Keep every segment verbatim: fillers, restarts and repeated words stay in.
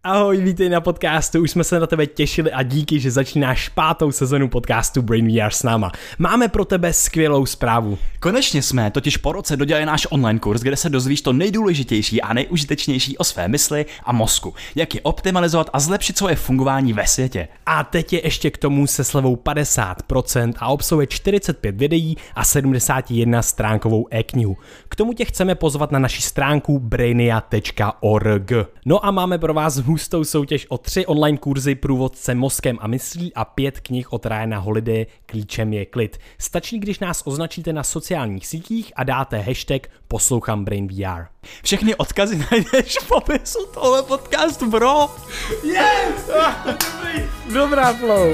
Ahoj, vítej na podcastu, už jsme se na tebe těšili a díky, že začínáš pátou sezonu podcastu Brain V R s náma. Máme pro tebe skvělou zprávu. Konečně jsme totiž po roce dodělali náš online kurz, kde se dozvíš to nejdůležitější a nejužitečnější o své mysli a mozku, jak je optimalizovat a zlepšit svoje fungování ve světě. A teď je ještě k tomu se slevou padesát procent a obsahuje čtyřicet pět videí a sedmdesát jedna stránkovou e-knihu. K tomu tě chceme pozvat na naši stránku brainia tečka org. No a máme pro vás hustou soutěž o tři online kurzy Průvodce mozkem a myslí a pět knih od Ryana Holiday Klíčem je klid. Stačí, když nás označíte na sociálních sítích a dáte hashtag poslouchám Brain V R. Všechny odkazy najdeš v popisu tohle podcastu, bro. Yes! Dobrá flow.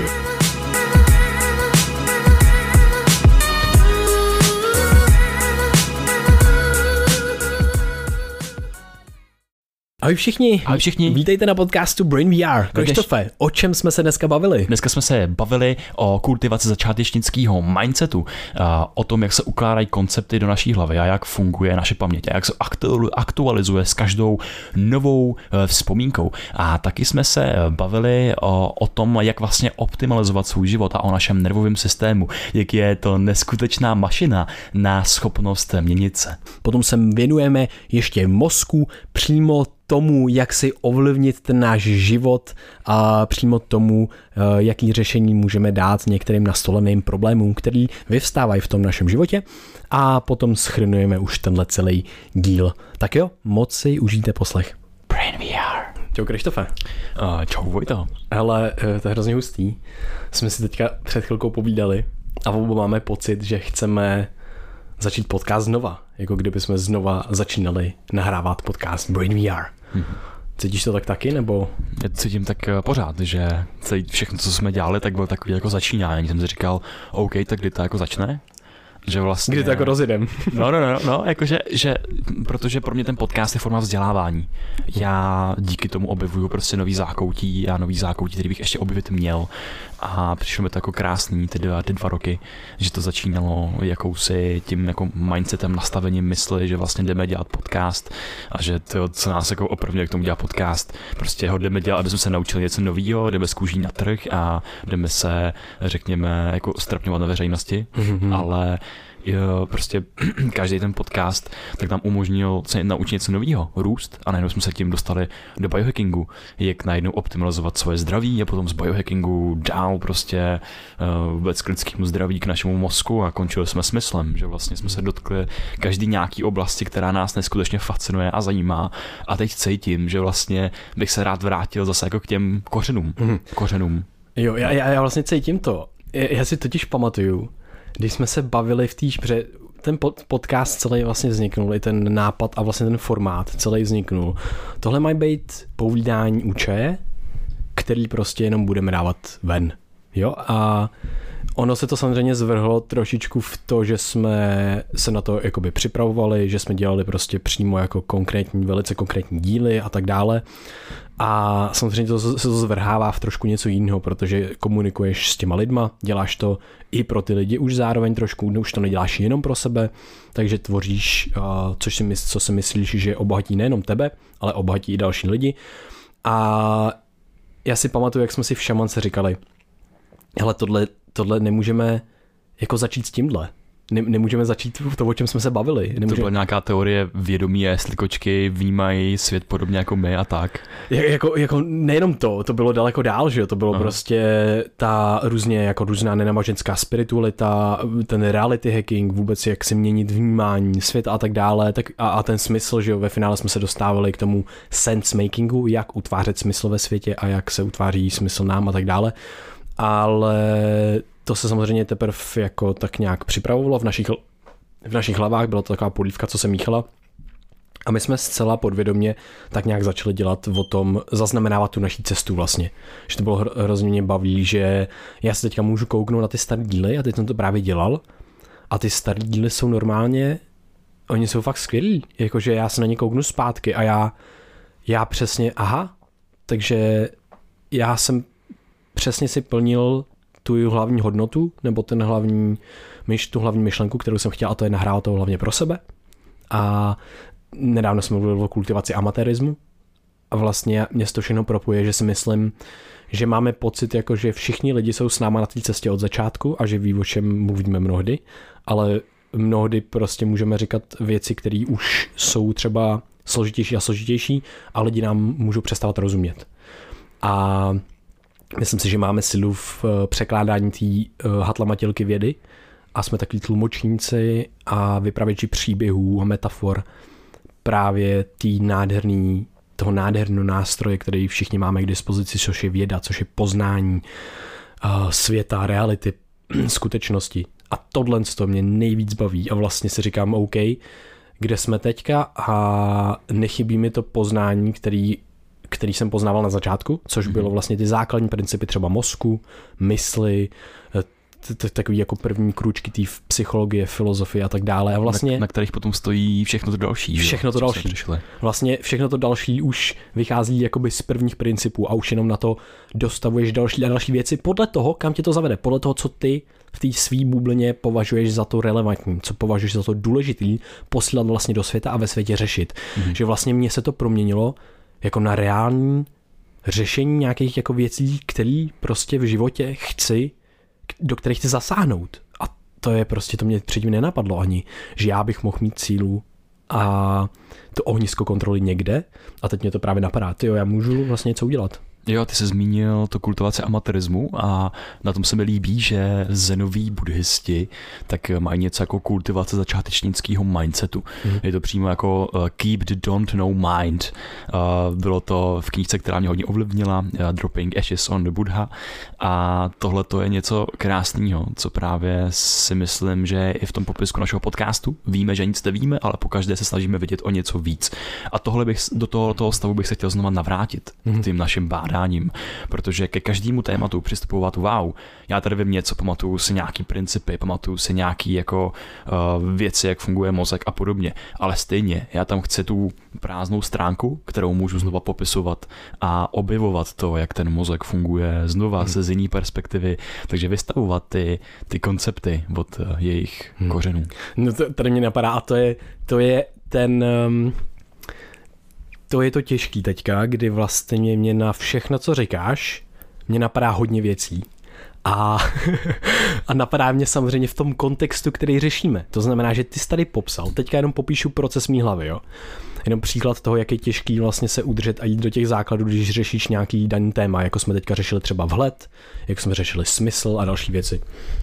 Ahoj všichni. Ahoj všichni. Vítejte na podcastu Brain V R. Krištofe, o čem jsme se dneska bavili? Dneska jsme se bavili o kultivaci začátečnického mindsetu, o tom, jak se ukládají koncepty do naší hlavy a jak funguje naše paměť a jak se aktualizuje s každou novou vzpomínkou. A taky jsme se bavili o, o tom, jak vlastně optimalizovat svůj život a o našem nervovém systému, jak je to neskutečná mašina na schopnost měnit se. Potom se věnujeme ještě mozku, přímo tomu, jak si ovlivnit ten náš život a přímo tomu, jaký řešení můžeme dát některým nastoleným problémům, který vyvstávají v tom našem životě, a potom shrnujeme už tenhle celý díl. Tak jo, moc si užijte poslech. Brain V R. Čau Krištofe. Uh, čau Vojto. Hele, to je hrozně hustý. Jsme si teďka před chvilkou povídali a oba máme pocit, že chceme začít podcast znova, jako kdyby jsme znova začínali nahrávat podcast Brain V R. Hmm. Cítíš to tak taky, nebo? Já cítím tak pořád, že všechno, co jsme dělali, tak bylo takový jako začínání. Jsem si říkal, OK, tak kdy to jako začne? Že vlastně... Kdy to jako rozjedem? No, no, no, no, jakože, že, protože pro mě ten podcast je forma vzdělávání. Já díky tomu objevuju prostě nový zákoutí a nový zákoutí, který bych ještě objevit měl. A přišlo mi to jako krásný ty dva, ty dva roky, že to začínalo jakousi tím jako mindsetem, nastavením mysli, že vlastně jdeme dělat podcast a že to, co nás jako opravdu k tomu dělat podcast, prostě ho jdeme dělat, aby jsme se naučili něco nového, jdeme z kůží na trh a jdeme se, řekněme, jako strapňovat na veřejnosti, mm-hmm. ale jo, prostě každý ten podcast tak nám umožnil se naučit něco nového, růst, a najednou jsme se tím dostali do biohackingu, jak najednou optimalizovat svoje zdraví a potom z biohackingu dál prostě uh, vůbec k lidskému zdraví, k našemu mozku, a končili jsme smyslem, že vlastně jsme se dotkli každý nějaký oblasti, která nás neskutečně fascinuje a zajímá, a teď cítím, že vlastně bych se rád vrátil zase jako k těm kořenům. Mm. kořenům. Jo, já, já, já vlastně cítím to. Já si totiž pamatuju, když jsme se bavili v týž, protože ten podcast celý vlastně vzniknul, i ten nápad a vlastně ten formát celý vzniknul. Tohle mají být povídání u čaje, který prostě jenom budeme dávat ven. Jo, a ono se to samozřejmě zvrhlo trošičku v to, že jsme se na to jakoby připravovali, že jsme dělali prostě přímo jako konkrétní, velice konkrétní díly a tak dále. A samozřejmě to se to zvrhává v trošku něco jiného, protože komunikuješ s těma lidma, děláš to i pro ty lidi už zároveň trošku, už to neděláš jenom pro sebe, takže tvoříš, což si mysl, co si myslíš, že obohatí nejenom tebe, ale obohatí i další lidi. A já si pamatuju, jak jsme si v šamance říkali, hele, tohle, tohle nemůžeme jako začít s tímhle. Ne, nemůžeme začít to, o čem jsme se bavili. Nemůžeme... To byla nějaká teorie vědomí, jestli kočky vnímají svět podobně jako my a tak. Je, jako, jako nejenom to, to bylo daleko dál, že jo, to bylo Aha. prostě ta různě, jako různá nenamaženská spiritualita, ten reality hacking, vůbec jak si měnit vnímání světa a tak dále, tak a, a ten smysl, že jo, ve finále jsme se dostávali k tomu sense makingu, jak utvářet smysl ve světě a jak se utváří smysl nám a tak dále, ale to se samozřejmě teprve jako tak nějak připravovalo v našich, v našich hlavách, byla to taková polívka, co se míchala. A my jsme zcela podvědomě tak nějak začali dělat o tom, zaznamenávat tu naší cestu vlastně. Že to bylo hrozně mě baví, že já se teďka můžu kouknout na ty staré díly a teď jsem to právě dělal. A ty staré díly jsou normálně, oni jsou fakt skvělí. Jakože já se na ně kouknu zpátky a já, já přesně, aha, takže já jsem přesně si plnil tu hlavní hodnotu, nebo ten hlavní, myš, tu hlavní myšlenku, kterou jsem chtěl, a to je nahrávat to hlavně pro sebe. A nedávno jsme mluvili o kultivaci amatérismu, a vlastně mě to všechno propuje, že si myslím, že máme pocit, jako že všichni lidi jsou s náma na té cestě od začátku a že ví, o čem mluvíme mnohdy, ale mnohdy prostě můžeme říkat věci, které už jsou třeba složitější a složitější a lidi nám můžou přestávat rozumět. A myslím si, že máme sílu v překládání té hatlamatilky vědy a jsme takový tlumočníci a vypravěči příběhů a metafor právě tý nádherný, toho nádherného nástroje, který všichni máme k dispozici, což je věda, což je poznání uh, světa, reality, skutečnosti. A tohle to mě nejvíc baví a vlastně si říkám, OK, kde jsme teďka a nechybí mi to poznání, který, který jsem poznával na začátku, což bylo vlastně ty základní principy třeba mozku, mysli, takový jako první krůčky té psychologie, filozofie a tak dále. A vlastně, na, na kterých potom stojí všechno to další. Všechno to další. Vlastně všechno to další už vychází jakoby z prvních principů a už jenom na to dostavuješ další a další věci podle toho, kam tě to zavede. Podle toho, co ty v té svý bublině považuješ za to relevantní, co považuješ za to důležitý posílat vlastně do světa a ve světě řešit. Mm-hmm. Že vlastně mně se to proměnilo jako na reální řešení nějakých jako věcí, které prostě v životě chci, do kterých chci zasáhnout. A to je prostě, to mě předtím nenapadlo ani, že já bych mohl mít sílu a to ohnisko kontroly někde a teď mě to právě napadá. Tyjo, já můžu vlastně něco udělat. Jo, ty jsi zmínil to kultivaci amatérismu a na tom se mi líbí, že zenoví buddhisti tak mají něco jako kultivace začátečnického mindsetu. Mm. Je to přímo jako uh, keep the don't know mind. Uh, bylo to v knížce, která mě hodně ovlivnila, uh, Dropping Ashes on the Buddha a tohle to je něco krásného, co právě si myslím, že i v tom popisku našeho podcastu víme, že nic nevíme, ale pokaždé se snažíme vidět o něco víc. A tohle bych, do toho, toho stavu bych se chtěl znova navrátit mm. tím našim bádám. Protože ke každému tématu přistupovat, wow, já tady vím něco, pamatuju si nějaký principy, pamatuju si nějaký jako uh, věci, jak funguje mozek a podobně, ale stejně já tam chci tu prázdnou stránku, kterou můžu znova popisovat a objevovat to, jak ten mozek funguje znova hmm. z jiný perspektivy, takže vystavovat ty, ty koncepty od uh, jejich hmm. kořenů. No to tady mě napadá a to je, to je ten... Um... To je to těžký teďka, kdy vlastně mě na všechno, co říkáš, mě napadá hodně věcí. A, a napadá mě samozřejmě v tom kontextu, který řešíme. To znamená, že ty jsi tady popsal. Teďka jenom popíšu proces mý hlavy, jo. Jenom příklad toho, jak je těžký vlastně se udržet a jít do těch základů, když řešíš nějaký daný téma, jako jsme teďka řešili třeba vhled, jak jsme řešili smysl a další věci.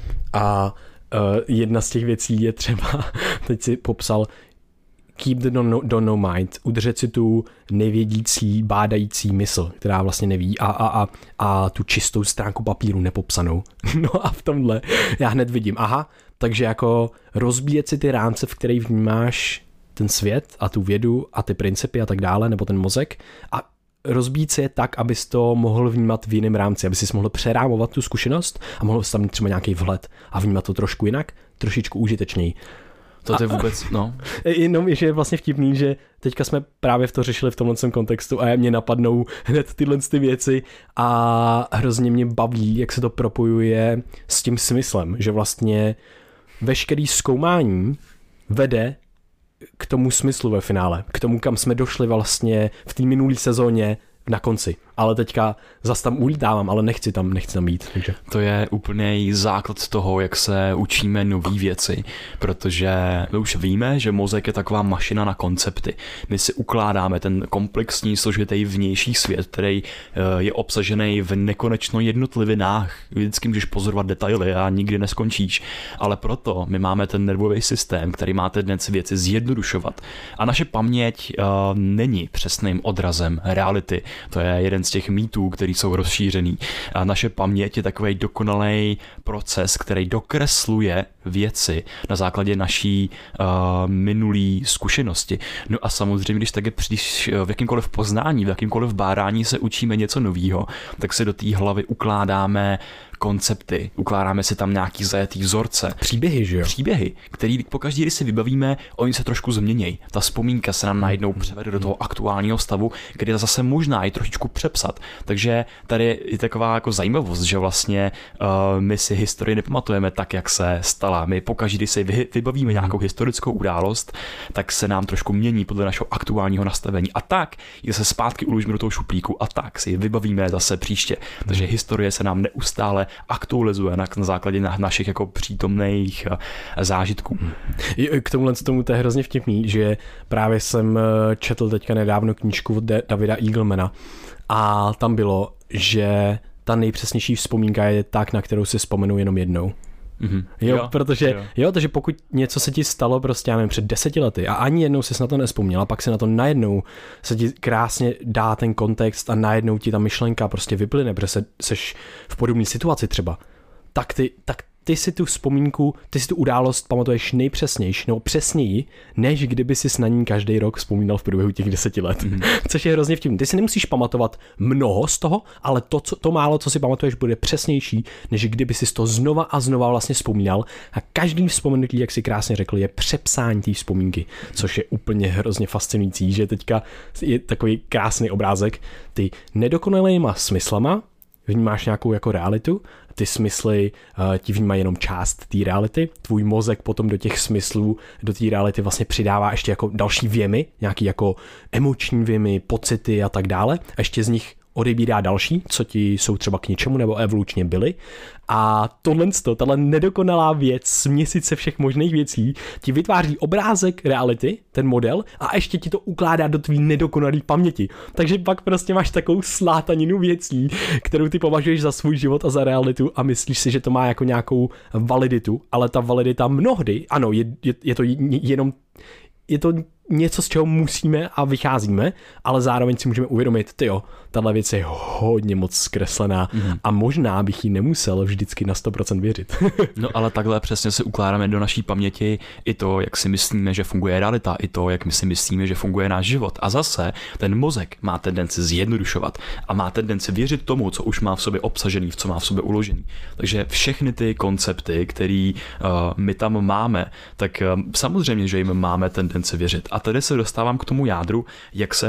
A uh, jedna z těch věcí je třeba, teď si popsal, keep the don't know, don't know mind, udržet si tu nevědící, bádající mysl, která vlastně neví a, a, a, a tu čistou stránku papíru nepopsanou. No a v tomhle já hned vidím, aha, takže jako rozbíjet si ty rámce, v kterých vnímáš ten svět a tu vědu a ty principy a tak dále, nebo ten mozek a rozbít si je tak, abys to mohl vnímat v jiném rámci, aby si mohl přerámovat tu zkušenost a mohl si tam mít třeba nějaký vhled a vnímat to trošku jinak, trošičku užitečněji. To je vůbec, no. Jenom je vlastně vtipný, že teďka jsme právě v to řešili v tomhle kontextu a mě napadnou hned tyhle ty věci a hrozně mě baví, jak se to propojuje s tím smyslem, že vlastně veškerý zkoumání vede k tomu smyslu ve finále, k tomu, kam jsme došli vlastně v té minulé sezóně na konci. Ale teďka zas tam ulítávám, ale nechci tam, nechci tam jít. Takže. To je úplný základ toho, jak se učíme nové věci, protože my už víme, že mozek je taková mašina na koncepty. My si ukládáme ten komplexní, složitý vnější svět, který je obsažený v nekonečno jednotlivinách. Vždycky můžeš pozorovat detaily a nikdy neskončíš. Ale proto my máme ten nervový systém, který má tendenci věci zjednodušovat. A naše paměť uh, není přesným odrazem reality. To je jeden z těch mýtů, který jsou rozšířený. A naše paměť je takový dokonalý proces, který dokresluje věci na základě naší uh, minulý zkušenosti. No a samozřejmě, když tak je příliš v jakýmkoliv poznání, v jakýmkoliv bárání se učíme něco nového, tak se do té hlavy ukládáme koncepty, ukládáme si tam nějaký zajetý vzorce. Příběhy, že jo? Příběhy, který pokaždý, když si vybavíme, oni se trošku změnějí. Ta vzpomínka se nám najednou převede do toho aktuálního stavu, kde je zase možná i trošičku přepsat. Takže tady je taková jako zajímavost, že vlastně uh, my si historii nepamatujeme tak, jak se stala. My pokaždý, když si vybavíme nějakou historickou událost, tak se nám trošku mění podle našeho aktuálního nastavení. A tak je se zpátky uložíme do toho šuplíku a tak si vybavíme zase příště. Takže historie se nám neustále aktualizuje na, na základě na, našich jako přítomných zážitků. K tomuhle tomu to je hrozně vtipný, že právě jsem četl teďka nedávno knížku od Davida Eaglemana a tam bylo, že ta nejpřesnější vzpomínka je tak, na kterou si vzpomenu jenom jednou. Mm-hmm. Jo, jo, protože, jo. jo, takže pokud něco se ti stalo prostě, já nevím, před deseti lety a ani jednou jsi na to nevzpomněla, pak si na to najednou se ti krásně dá ten kontext a najednou ti ta myšlenka prostě vyplyne, protože se, seš v podobné situaci třeba, tak ty, tak ty si tu vzpomínku, ty si tu událost pamatuješ nejpřesnější, nebo přesněji, než kdyby si na ní každý rok vzpomínal v průběhu těch deseti let. Mm. Což je hrozně vtipný. Ty si nemusíš pamatovat mnoho z toho, ale to, co, to málo, co si pamatuješ, bude přesnější, než kdyby si to znova a znova vlastně vzpomínal. A každý vzpomenutí, jak si krásně řekl, je přepsání té vzpomínky, což je úplně hrozně fascinující, že teďka je takový krásný obrázek. Ty nedokonalýma smyslama vnímáš nějakou jako realitu, ty smysly uh, ti vnímají jenom část té reality, tvůj mozek potom do těch smyslů, do té reality vlastně přidává ještě jako další věmy, nějaký jako emoční věmy, pocity a tak dále, a ještě z nich odebírá další, co ti jsou třeba k něčemu nebo evolučně byly. A tohle, tahle nedokonalá věc, směsice všech možných věcí, ti vytváří obrázek reality, ten model, a ještě ti to ukládá do tvý nedokonalý paměti. Takže pak prostě máš takovou slátaninu věcí, kterou ty považuješ za svůj život a za realitu a myslíš si, že to má jako nějakou validitu, ale ta validita mnohdy, ano, je, je, je to jenom, je to něco, z čeho musíme a vycházíme, ale zároveň si můžeme uvědomit, tyjo, tahle věc je hodně moc zkreslená mm. a možná bych jí nemusel vždycky na sto procent věřit. No ale takhle přesně si ukládáme do naší paměti i to, jak si myslíme, že funguje realita, i to, jak my si myslíme, že funguje náš život. A zase ten mozek má tendenci zjednodušovat a má tendenci věřit tomu, co už má v sobě obsažený, v co má v sobě uložený. Takže všechny ty koncepty, které uh, my tam máme, tak uh, samozřejmě, že jim máme tendenci věřit. A tady se dostávám k tomu jádru, jak se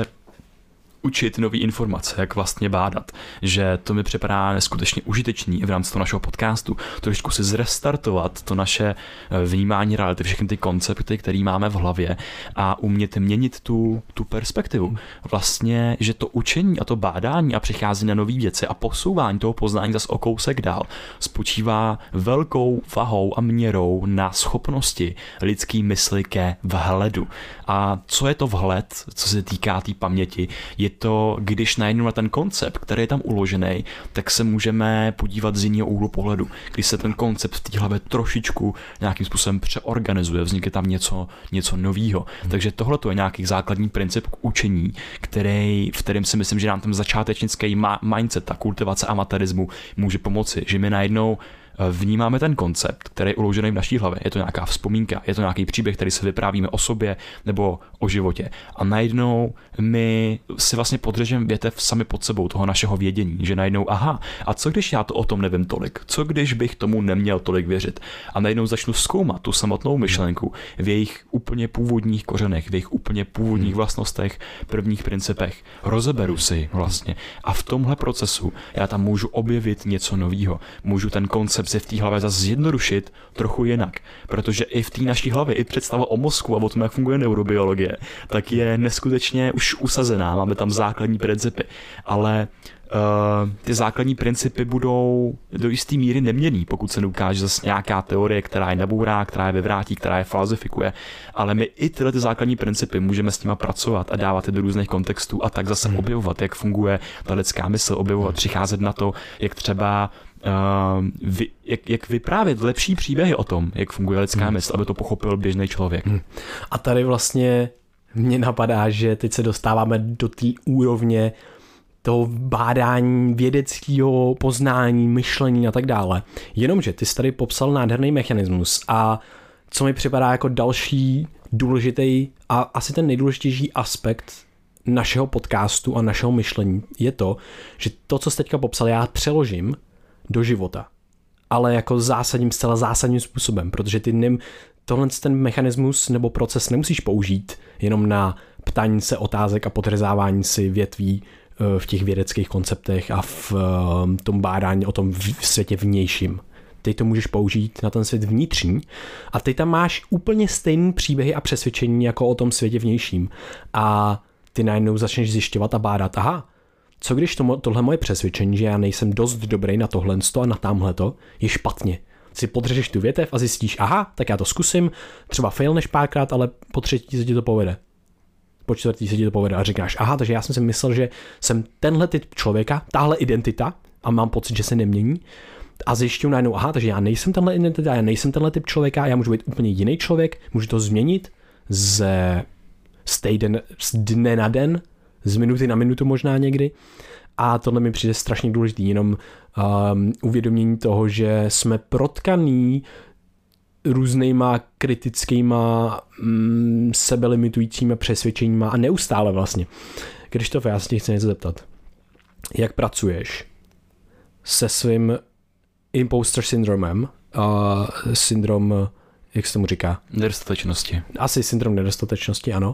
učit nové informace, jak vlastně bádat, že to mi připadá neskutečně užitečný v rámci toho našeho podcastu, trošku si zrestartovat to naše vnímání reality, všechny ty koncepty, které máme v hlavě a umět měnit tu, tu perspektivu. Vlastně, že to učení a to bádání a přichází na nové věci a posouvání toho poznání zase o kousek dál spočívá velkou vahou a měrou na schopnosti lidský mysli ke vhledu. A co je to vhled, co se týká té tý paměti, je to, když najednou na ten koncept, který je tam uložený, tak se můžeme podívat z jiného úhlu pohledu. Když se ten koncept v té hlavě trošičku nějakým způsobem přeorganizuje, vznikne tam něco, něco novýho. Hmm. Takže tohle je nějaký základní princip k učení, který, v kterém si myslím, že nám ten začátečnický mindset, ta kultivace amatérismu může pomoci, že my najednou vnímáme ten koncept, který je uložený v naší hlavě. Je to nějaká vzpomínka, je to nějaký příběh, který se vyprávíme o sobě nebo o životě. A najednou my si vlastně podřežeme větev sami pod sebou toho našeho vědění, že najednou, aha, a co když já to o tom nevím tolik? Co když bych tomu neměl tolik věřit? A najednou začnu zkoumat tu samotnou myšlenku v jejich úplně původních kořenech, v jejich úplně původních vlastnostech, prvních principech. Rozeberu si vlastně. A v tomhle procesu já tam můžu objevit něco nového. Můžu ten koncept si v té hlavě zase zjednodušit trochu jinak, protože i v té naší hlavě i představa o mozku a o tom, jak funguje neurobiologie, tak je neskutečně už usazená, máme tam základní principy, ale Uh, ty základní principy budou do jisté míry neměnný, pokud se neukáže zase nějaká teorie, která je nabourá, která je vyvrátí, která je falzifikuje, ale my i tyhle ty základní principy můžeme s nima pracovat a dávat je do různých kontextů a tak zase objevovat, jak funguje ta lidská mysl, objevovat, přicházet na to, jak třeba Uh, vy, jak, jak vyprávět lepší příběhy o tom, jak funguje lidská hmm. mysl, aby to pochopil běžný člověk. Hmm. A tady vlastně mě napadá, že teď se dostáváme do té úrovně toho bádání, vědeckého poznání, myšlení a tak dále. Jenomže ty jsi tady popsal nádherný mechanismus a co mi připadá jako další důležitý a asi ten nejdůležitější aspekt našeho podcastu a našeho myšlení je to, že to, co jsi teďka popsal, já přeložím do života. ale jako zásadním, zcela zásadním způsobem, protože ty nem, tohle ten mechanismus nebo proces nemusíš použít jenom na ptání se otázek a podřezávání si větví v těch vědeckých konceptech a v tom bádání o tom světě vnějším. Ty to můžeš použít na ten svět vnitřní a ty tam máš úplně stejný příběhy a přesvědčení jako o tom světě vnějším. A ty najednou začneš zjišťovat a bádat, aha, co když to, tohle moje přesvědčení, že já nejsem dost dobrý na tohle a na tamhleto, je špatně. Si podřežeš tu větev a zjistíš, aha, tak já to zkusím, třeba failneš párkrát, ale po třetí se ti to povede. Po čtvrtý se ti to povede a říkáš, aha, takže já jsem si myslel, že jsem tenhle typ člověka, tahle identita a mám pocit, že se nemění. A zjišťuju najednou, aha, takže já nejsem tenhle identita, já nejsem tenhle typ člověka, já můžu být úplně jiný člověk, můžu to změnit ze z, týden, z dne na den, z minuty na minutu možná někdy. A tohle mi přijde strašně důležitý, jenom um, uvědomění toho, že jsme protkaný různýma kritickýma mm, sebelimitujícíma přesvědčeníma a neustále vlastně. Když to já se tě chci něco zeptat. Jak pracuješ se svým imposter syndromem, uh, syndrom, jak se tomu říká? Nedostatečnosti. Asi syndrom nedostatečnosti, ano.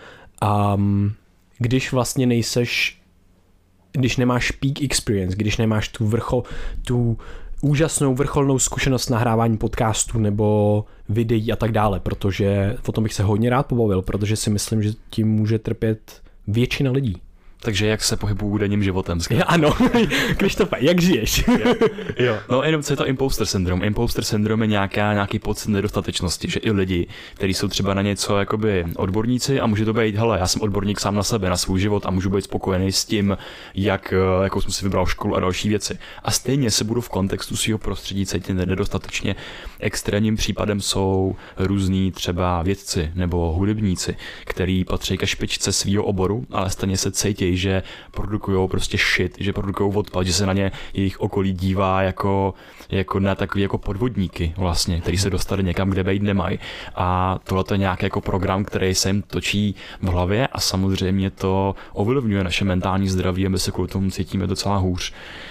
Um, když vlastně nejseš, když nemáš peak experience, když nemáš tu vrchol, tu úžasnou vrcholnou zkušenost nahrávání podcastů nebo videí a tak dále, protože o tom bych se hodně rád pobavil, protože si myslím, že tím může trpět většina lidí. Takže jak se pohybuju denním životem? Ja, ano, Krištofe, jak žiješ? jo, jo. No jenom co je to imposter syndrom? Imposter syndrom je nějaká, nějaký pocit nedostatečnosti, že i lidi, kteří jsou třeba na něco jakoby odborníci a může to být, hele, já jsem odborník sám na sebe, na svůj život a můžu být spokojený s tím, jak, jakou jsem si vybral školu a další věci. A stejně se budu v kontextu svého prostředí cítit nedostatečně. Extrémním případem jsou různí třeba vědci nebo hudebníci, kteří patří ke špičce svého oboru, ale stejně se cítí, že produkujou prostě shit, že produkujou odpad, že se na ně jejich okolí dívá jako, jako na takový jako podvodníky vlastně, který se dostali někam, kde být nemají. A tohle je nějaký jako program, který se jim točí v hlavě a samozřejmě to ovlivňuje naše mentální zdraví a my se kvůli tomu cítíme docela hůř.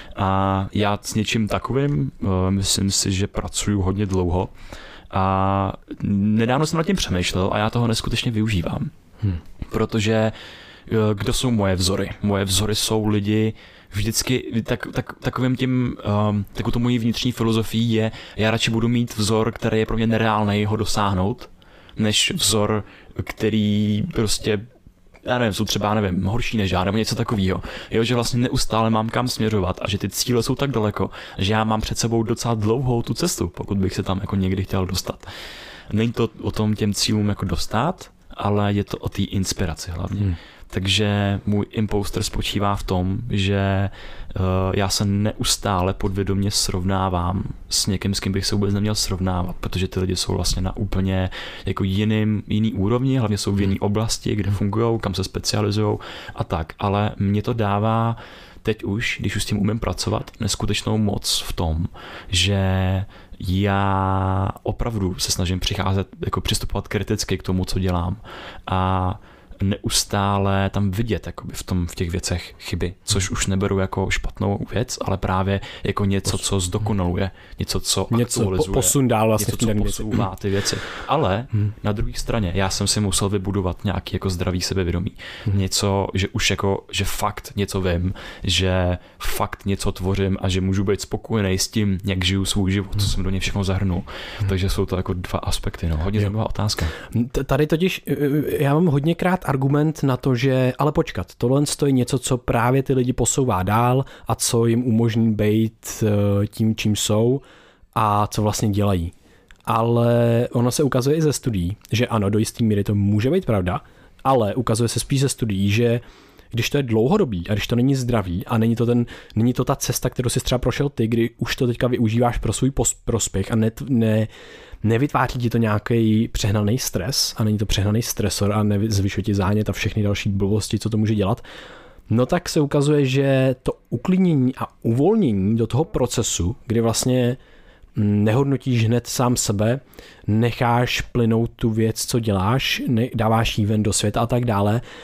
A já s něčím takovým myslím si, že pracuju hodně dlouho a nedávno jsem nad tím přemýšlel a já toho neskutečně využívám. Hmm. Protože kdo jsou moje vzory? Moje vzory jsou lidi vždycky, tak, tak, takovým tím, um, takovou to mojí vnitřní filozofií je, já radši budu mít vzor, který je pro mě nereálný ho dosáhnout, než vzor, který prostě, já nevím, jsou třeba, nevím, horší než já, nebo něco takového. Jo, že vlastně neustále mám kam směřovat a že ty cíle jsou tak daleko, že já mám před sebou docela dlouhou tu cestu, pokud bych se tam jako někdy chtěl dostat. Není to o tom těm cílům jako dostat, ale je to o té inspiraci hlavně. Hmm. Takže můj imposter spočívá v tom, že uh, já se neustále podvědomě srovnávám s někým, s kým bych se vůbec neměl srovnávat, protože ty lidi jsou vlastně na úplně jako jiným, jiný úrovni, hlavně jsou v jiné oblasti, kde fungují, kam se specializují a tak. Ale mě to dává teď už, když už s tím umím pracovat, neskutečnou moc v tom, že já opravdu se snažím přicházet, jako přistupovat kriticky k tomu, co dělám a neustále tam vidět jakoby v, tom, v těch věcech chyby, což už neberu jako špatnou věc, ale právě jako něco, co zdokonaluje, něco, co něco aktualizuje, po, posun dál vlastně něco, co posouvá ty věci. Ale hmm. na druhé straně já jsem si musel vybudovat nějaký jako zdravý sebevědomí. Hmm. Něco, že už jako, že fakt něco vím, že fakt něco tvořím a že můžu být spokojený s tím, jak žiju svůj život, co jsem do něj všechno zahrnul. Hmm. Takže jsou to jako dva aspekty. No. Hodně zajímavá otázka. Tady totiž já mám hodněkrát argument na to, že ale počkat, tohle je něco, co právě ty lidi posouvá dál a co jim umožní být tím, čím jsou a co vlastně dělají. Ale ono se ukazuje i ze studií, že ano, do jistý míry to může být pravda, ale ukazuje se spíš ze studií, že když to je dlouhodobý a když to není zdravý a není to, ten, není to ta cesta, kterou jsi třeba prošel ty, kdy už to teďka využíváš pro svůj prospěch a ne, ne, nevytváří ti to nějaký přehnaný stres a není to přehnaný stresor a nezvyšuje ti zánět a všechny další blbosti, co to může dělat, no tak se ukazuje, že to uklidnění a uvolnění do toho procesu, kdy vlastně nehodnotíš hned sám sebe, necháš plynout tu věc, co děláš, ne, dáváš jí ven do světa a tak dále,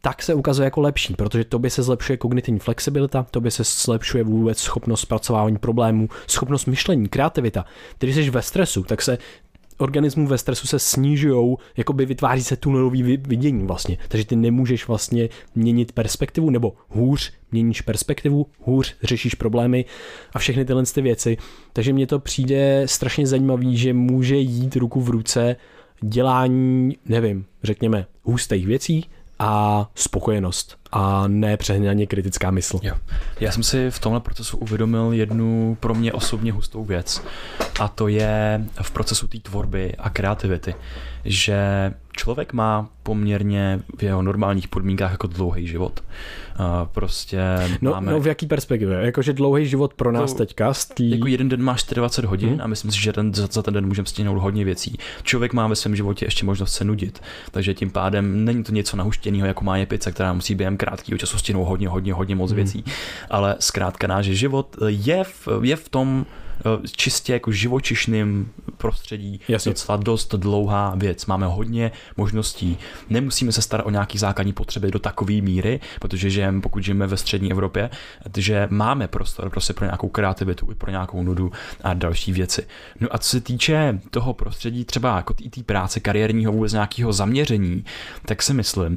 tak se ukazuje jako lepší, protože tobě se zlepšuje kognitivní flexibilita, tobě se zlepšuje vůbec schopnost zpracovávání problémů, schopnost myšlení, kreativita. Když jsi ve stresu, tak se organismu ve stresu se snižujou, jakoby vytváří se tunelový vidění vlastně. Takže ty nemůžeš vlastně měnit perspektivu, nebo hůř měníš perspektivu, hůř řešíš problémy a všechny tyhle ty věci. Takže mně to přijde strašně zajímavý, že může jít ruku v ruce dělání, nevím, řekněme, hustých věcí a spokojenost a ne přehnaně kritická mysl. Jo. Já jsem si v tomhle procesu uvědomil jednu pro mě osobně hustou věc a to je v procesu té tvorby a kreativity, že člověk má poměrně v jeho normálních podmínkách jako dlouhý život. Uh, prostě no, máme... no v jaký perspektivě? Jakože dlouhý život pro nás to, teďka? Tý... Jako jeden den má dvacet čtyři hodin hmm. a myslím si, že ten, za, za ten den můžeme stihnout hodně věcí. Člověk má ve svém životě ještě možnost se nudit, takže tím pádem není to něco nahuštěného, jako má je pizza, která musí během krátkého času stihnout hodně, hodně, hodně moc hmm. věcí. Ale zkrátka náš život je v, je v tom čistě jako živočišným prostředí Jasně. docela dost dlouhá věc. Máme hodně možností. Nemusíme se starat o nějaký základní potřeby do takové míry, protože žijeme, pokud žijeme ve střední Evropě, že máme prostor prostě pro nějakou kreativitu i pro nějakou nudu a další věci. No a co se týče toho prostředí, třeba jako té práce, kariérního vůbec nějakého zaměření, tak si myslím,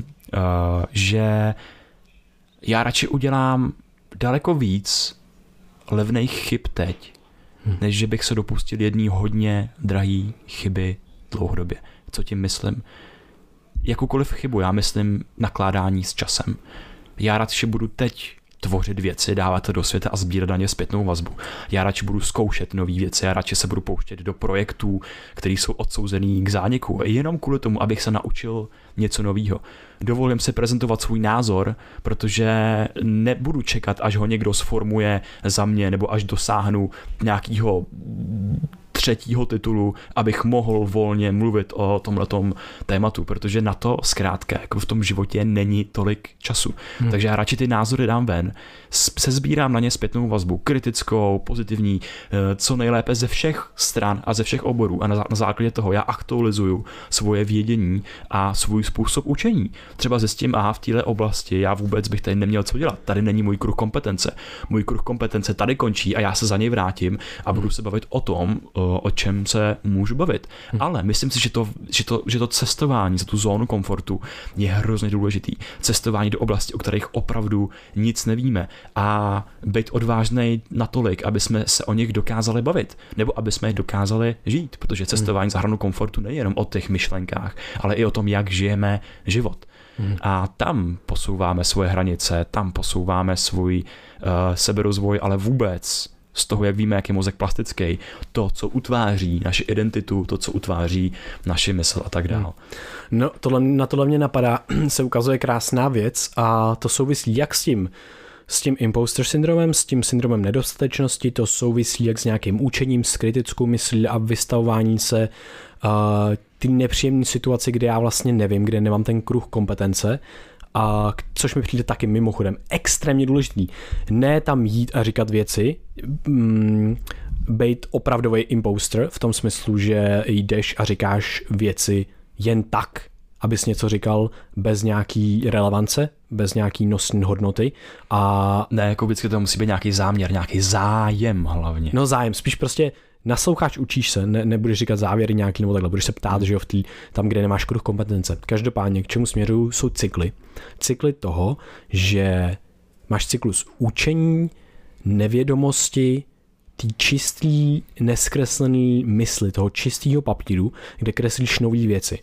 že já radši udělám daleko víc levných chyb teď, než že bych se dopustil jedný hodně drahý chyby dlouhodobě. Co tím myslím? Jakoukoliv chybu, já myslím nakládání s časem. Já radši budu teď tvořit věci, dávat to do světa a sbírat na ně zpětnou vazbu. Já radši budu zkoušet nové věci, já radši se budu pouštět do projektů, které jsou odsouzený k zániku, jenom kvůli tomu, abych se naučil něco nového. Dovolím si prezentovat svůj názor, protože nebudu čekat, až ho někdo sformuje za mě, nebo až dosáhnu nějakého třetího titulu, abych mohl volně mluvit o tomhletom tématu, protože na to zkrátka jako v tom životě není tolik času. Hmm. Takže já radši ty názory dám ven, se sbírám na ně zpětnou vazbu, kritickou, pozitivní, co nejlépe ze všech stran a ze všech oborů a na, na základě toho já aktualizuju svoje vědění a svůj způsob učení. Třeba zjistím, aha, v téhle oblasti já vůbec bych tady neměl co dělat, tady není můj kruh kompetence. Můj kruh kompetence tady končí a já se za něj vrátím a budu se bavit o tom, o čem se můžu bavit. Hmm. Ale myslím si, že to, že, to, že to cestování za tu zónu komfortu je hrozně důležitý. Cestování do oblasti, o kterých opravdu nic nevíme a být odvážnej natolik, aby jsme se o nich dokázali bavit, nebo aby jsme je dokázali žít, protože cestování hmm. za hranu komfortu není jenom o těch myšlenkách, ale i o tom, jak žijeme život. Hmm. A tam posouváme svoje hranice, tam posouváme svůj uh, seberozvoj, ale vůbec z toho, jak víme, jak je mozek plastický, to, co utváří naši identitu, to, co utváří naši mysl a tak dále. No, tohle, na tohle mě napadá, se ukazuje krásná věc a to souvisí jak s tím, s tím imposter syndromem, s tím syndromem nedostatečnosti, to souvisí jak s nějakým učením, s kritickou myslí a vystavování se uh, ty nepříjemné situaci, kde já vlastně nevím, kde nemám ten kruh kompetence, a což mi přijde taky mimochodem extrémně důležitý. Ne tam jít a říkat věci, mm, být opravdový imposter v tom smyslu, že jdeš a říkáš věci jen tak, abys něco říkal bez nějaký relevance, bez nějaký nosní hodnoty. A ne, jako vždycky to musí být nějaký záměr, nějaký zájem hlavně. No zájem, spíš prostě nasloucháš, učíš se, ne, nebudeš říkat závěry nějaký nebo takhle, budeš se ptát, že jo, v tý, tam, kde nemáš kruh kompetence. Každopádně, k čemu směruju, jsou cykly. Cykly toho, že máš cyklus učení, nevědomosti, tý čistý, neskreslený mysli, toho čistého papíru, kde kreslíš nové věci.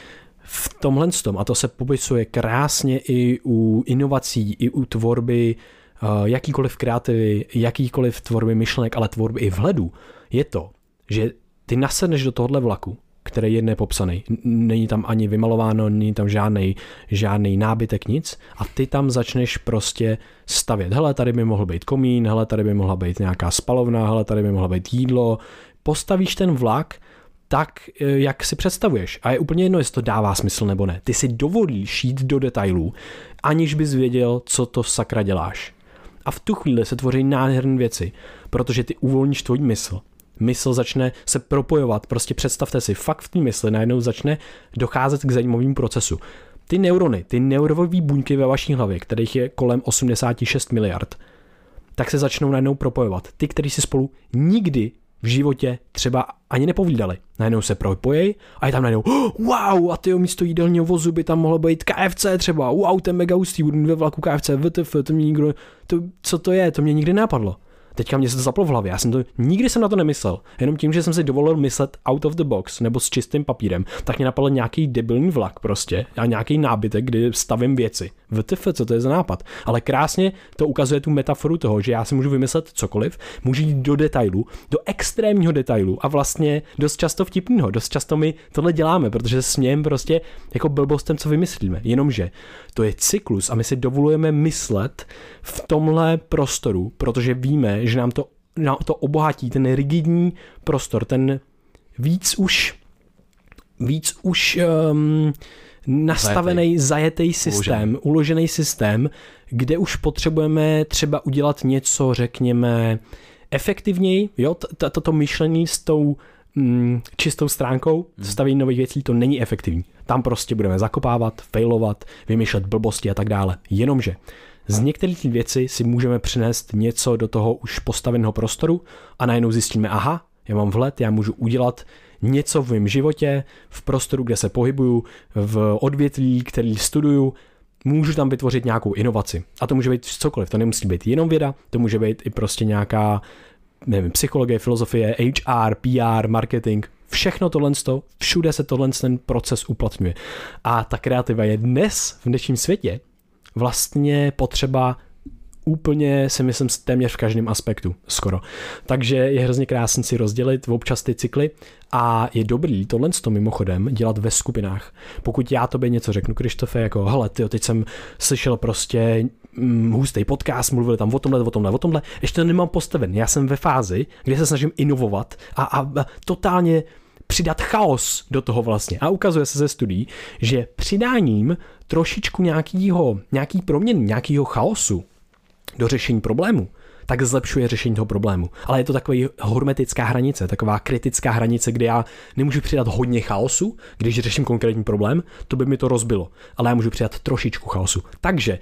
V tomhle tom, a to se popisuje krásně i u inovací, i u tvorby jakýkoliv kreativy, jakýkoliv tvorby myšlenek, ale tvorby i vhledu, je to, že ty nasedneš do tohohle vlaku, který je nepopsaný. Není tam ani vymalováno, není tam žádnej, žádnej nábytek, nic a ty tam začneš prostě stavět. Hele, tady by mohl být komín, hele, tady by mohla být nějaká spalovna, hele, tady by mohla být jídlo. Postavíš ten vlak tak, jak si představuješ. A je úplně jedno, jestli to dává smysl nebo ne. Ty si dovolíš jít do detailů, aniž bys věděl, co to sakra děláš. A v tu chvíli se tvoří nádherné věci, protože ty uvolníš tvůj mysl. Mysl začne se propojovat, prostě představte si, fakt v té mysli najednou začne docházet k zajímavému procesu. ty neurony, ty neurový buňky ve vaší hlavě, kterých je kolem osmdesát šest miliard, tak se začnou najednou propojovat. Ty, kteří si spolu nikdy v životě třeba ani nepovídali. Najednou se propojí a je tam najednou oh, wow, a tyjo, místo jídelního vozu by tam mohlo být K F C třeba, wow, to je mega hustý, budu ve vlaku K F C, V T F, to mě nikdo, to, co to je, to mě nikdy nenapadlo. Teďka mě se to zaplo v hlavě, já jsem to, nikdy jsem na to nemyslel, jenom tím, že jsem si dovolil myslet out of the box, nebo s čistým papírem, tak mě napadl nějaký debilní vlak prostě a nějaký nábytek, kdy stavím věci. V T F, co to je za nápad? Ale krásně to ukazuje tu metaforu toho, že já si můžu vymyslet cokoliv, můžu jít do detailu, do extrémního detailu a vlastně dost často vtipného, dost často my tohle děláme, protože se smějeme prostě jako blbostem, co vymyslíme. Jenomže to je cyklus a my si dovolujeme myslet v tomhle prostoru, protože víme, že nám to, nám to obohatí, ten rigidní prostor, ten víc už víc už um, nastavený, zajetý systém, uložený. uložený systém, kde už potřebujeme třeba udělat něco, řekněme, efektivněji, jo, toto myšlení s tou mm, čistou stránkou, stavění nových věcí, to není efektivní. Tam prostě budeme zakopávat, failovat, vymýšlet blbosti a tak dále. Jenomže z některých věcí si můžeme přinést něco do toho už postaveného prostoru a najednou zjistíme, aha, já mám vhled, já můžu udělat něco v mém životě, v prostoru, kde se pohybuju, v odvětví, který studuju, můžu tam vytvořit nějakou inovaci. A to může být cokoliv, to nemusí být jenom věda, to může být i prostě nějaká, nevím, psychologie, filozofie, H R, P R, marketing, všechno tohle, všude se tohle ten proces uplatňuje. A ta kreativa je dnes v dnešním světě vlastně potřeba úplně, si myslím, téměř v každém aspektu, skoro. Takže je hrozně krásný si rozdělit občas ty cykly a je dobrý tohle mimochodem dělat ve skupinách. Pokud já tobě něco řeknu, Krištofe, jako hele, tyjo, teď jsem slyšel prostě hm, hustý podcast, mluvili tam o tomhle, o tomhle, o tomhle, ještě to nemám postaven. Já jsem ve fázi, kde se snažím inovovat a, a, a totálně přidat chaos do toho vlastně. A ukazuje se ze studií, že přidáním trošičku nějakýho, nějaký proměny, nějakýho chaosu do řešení problému, tak zlepšuje řešení toho problému. Ale je to taková hermetická hranice, taková kritická hranice, kde já nemůžu přidat hodně chaosu, když řeším konkrétní problém, to by mi to rozbilo. Ale já můžu přidat trošičku chaosu. Takže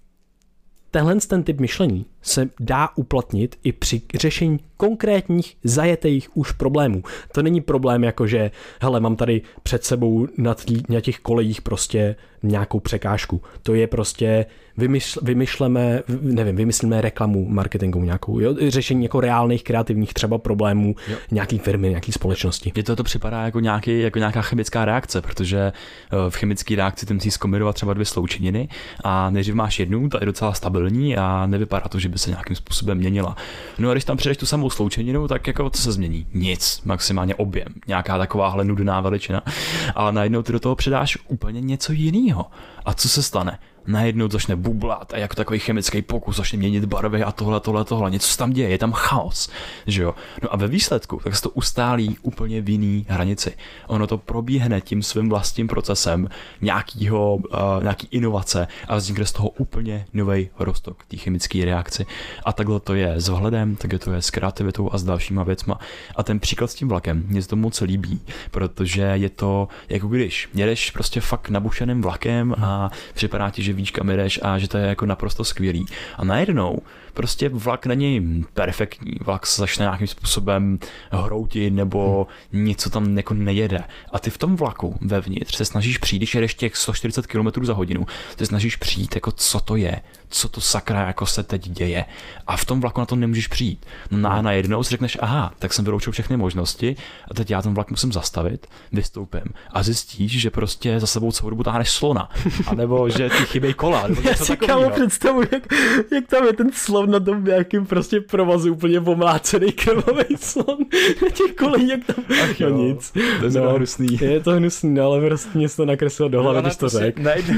tenhle ten typ myšlení se dá uplatnit i při řešení konkrétních zajetých už problémů. To není problém jako, že hele, mám tady před sebou na, tý, na těch kolejích prostě nějakou překážku. To je prostě vymysl, vymyšleme, nevím, vymyslíme reklamu marketingovou nějakou, jo? Řešení jako reálných kreativních třeba problémů jo. Nějaký firmy, nějaký společnosti. Mně to, to připadá jako, nějaký, jako nějaká chemická reakce, protože v chemické reakci ty musíš zkombinovat třeba dvě sloučeniny a než máš jednu, ta je docela stabilní a nevypadá to, že by se nějakým způsobem měnila. No a když tam přijdeš tu samou sloučeninu, tak jako co se změní? Nic, maximálně objem, nějaká takováhle nudná veličina, ale najednou ty do toho přidáš úplně něco jiného. A co se stane? Najednou začne bublat a jako takový chemický pokus začne měnit barvy a tohle, tohle, tohle, něco se tam děje, je tam chaos, že jo. No a ve výsledku tak se to ustálí úplně v jiný hranici. Ono to probíhne tím svým vlastním procesem nějakýho, uh, nějaký inovace a vznikne z toho úplně nový roztok té chemické reakci. A takhle to je s vhledem, takhle to je s kreativitou a s dalšíma věcma. A ten příklad s tím vlakem, mě se to moc líbí, protože je to jako když jedeš prostě fakt nabušeným vlakem a připadá ti, že víš, kam jdeš a že to je jako naprosto skvělý. A najednou prostě vlak není perfektní, vlak se začne nějakým způsobem hroutit nebo něco tam jako nejede. A ty v tom vlaku vevnitř se snažíš přijít, když jedeš těch sto čtyřicet kilometrů za hodinu, se snažíš přijít, jako co to je, co to sakra jako se teď děje. A v tom vlaku na to nemůžeš přijít. No a najednou si řekneš, aha, tak jsem vyloučil všechny možnosti a teď já ten vlak musím zastavit, vystoupím a zjistíš, že prostě za sebou celou dobu táhneš slona. A nebo že ty chyběj kola. Já si kámo představuji, jak, jak tam je ten slon na tom nějakým prostě provazu úplně pomlácený krvavý slon na těch kolejích, jak tam Ach jo, no nic. To je no, hnusný. Je to hnusný, no, ale prostě mě se to nakreslilo do hlavy, no, když to prostě řek. Najdu,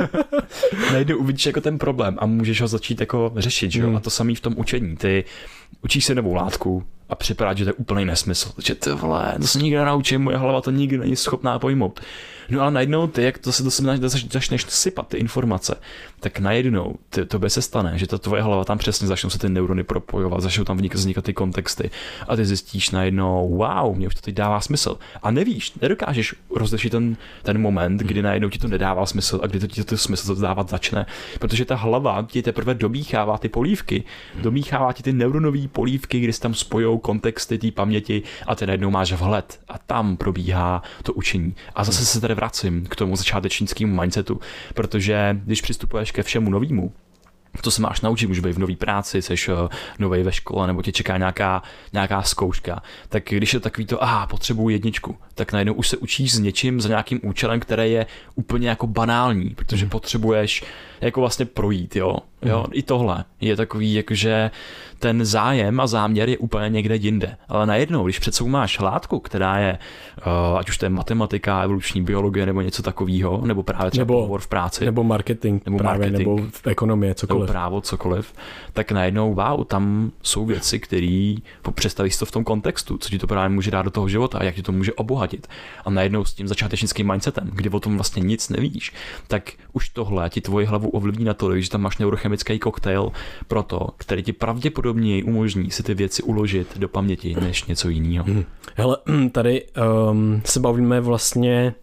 najdu, uvidíš jako ten problém a můžeš ho začít jako řešit, že jo? Hmm. A to samý v tom učení. Ty učíš se novou látku a připadá, že to je úplný nesmysl. Že ty vole, to se nikdy nenaučím, moje hlava to nikdy není schopná pojmout. No ale najednou ty, jak to se to znamená, že začneš sypat ty informace, tak najednou ty, to by se stane, že ta tvoje hlava tam přesně začnou se ty neurony propojovat, začnou tam vznikat ty kontexty a ty zjistíš najednou, wow, mě už to teď dává smysl. A nevíš, nedokážeš rozlišit ten, ten moment, kdy najednou ti to nedává smysl a kdy to ti to smysl dávat začne, protože ta hlava ti teprve domíchává ty polívky, domíchává ti ty neuronové polívky, kdy se tam spojou kontexty té paměti a ty najednou máš vhled a tam probíhá to učení. A zase se tady vracím k tomu začátečnickému mindsetu, protože když přistupuješ ke všemu novému, to se máš naučit, může být v nový práci, seš novej ve škole, nebo tě čeká nějaká, nějaká zkouška, tak když je takový to, aha, potřebuji jedničku, tak najednou už se učíš s něčím, za nějakým účelem, které je úplně jako banální, protože potřebuješ jako vlastně projít, jo. Jo, i tohle je takový, jakože ten zájem a záměr je úplně někde jinde. Ale najednou, když před sebou máš hládku, která je, uh, ať už to je matematika, evoluční biologie nebo něco takového, nebo právě třeba pohovor v práci. Nebo marketing, nebo, právě, marketing, nebo v ekonomii, cokoliv. Nebo právo, cokoliv. Tak najednou, wow, tam jsou věci, které představíš to v tom kontextu, co ti to právě může dát do toho života a jak ti to může obohatit. A najednou s tím začátečnickým mindsetem, kdy o tom vlastně nic nevíš, tak už tohle ti tvoji hlavu ovlivní natolik, že tam máš neurochemický koktejl pro to, který ti pravděpodobně umožní si ty věci uložit do paměti než něco jiného. Hmm. Hele, tady um, se bavíme vlastně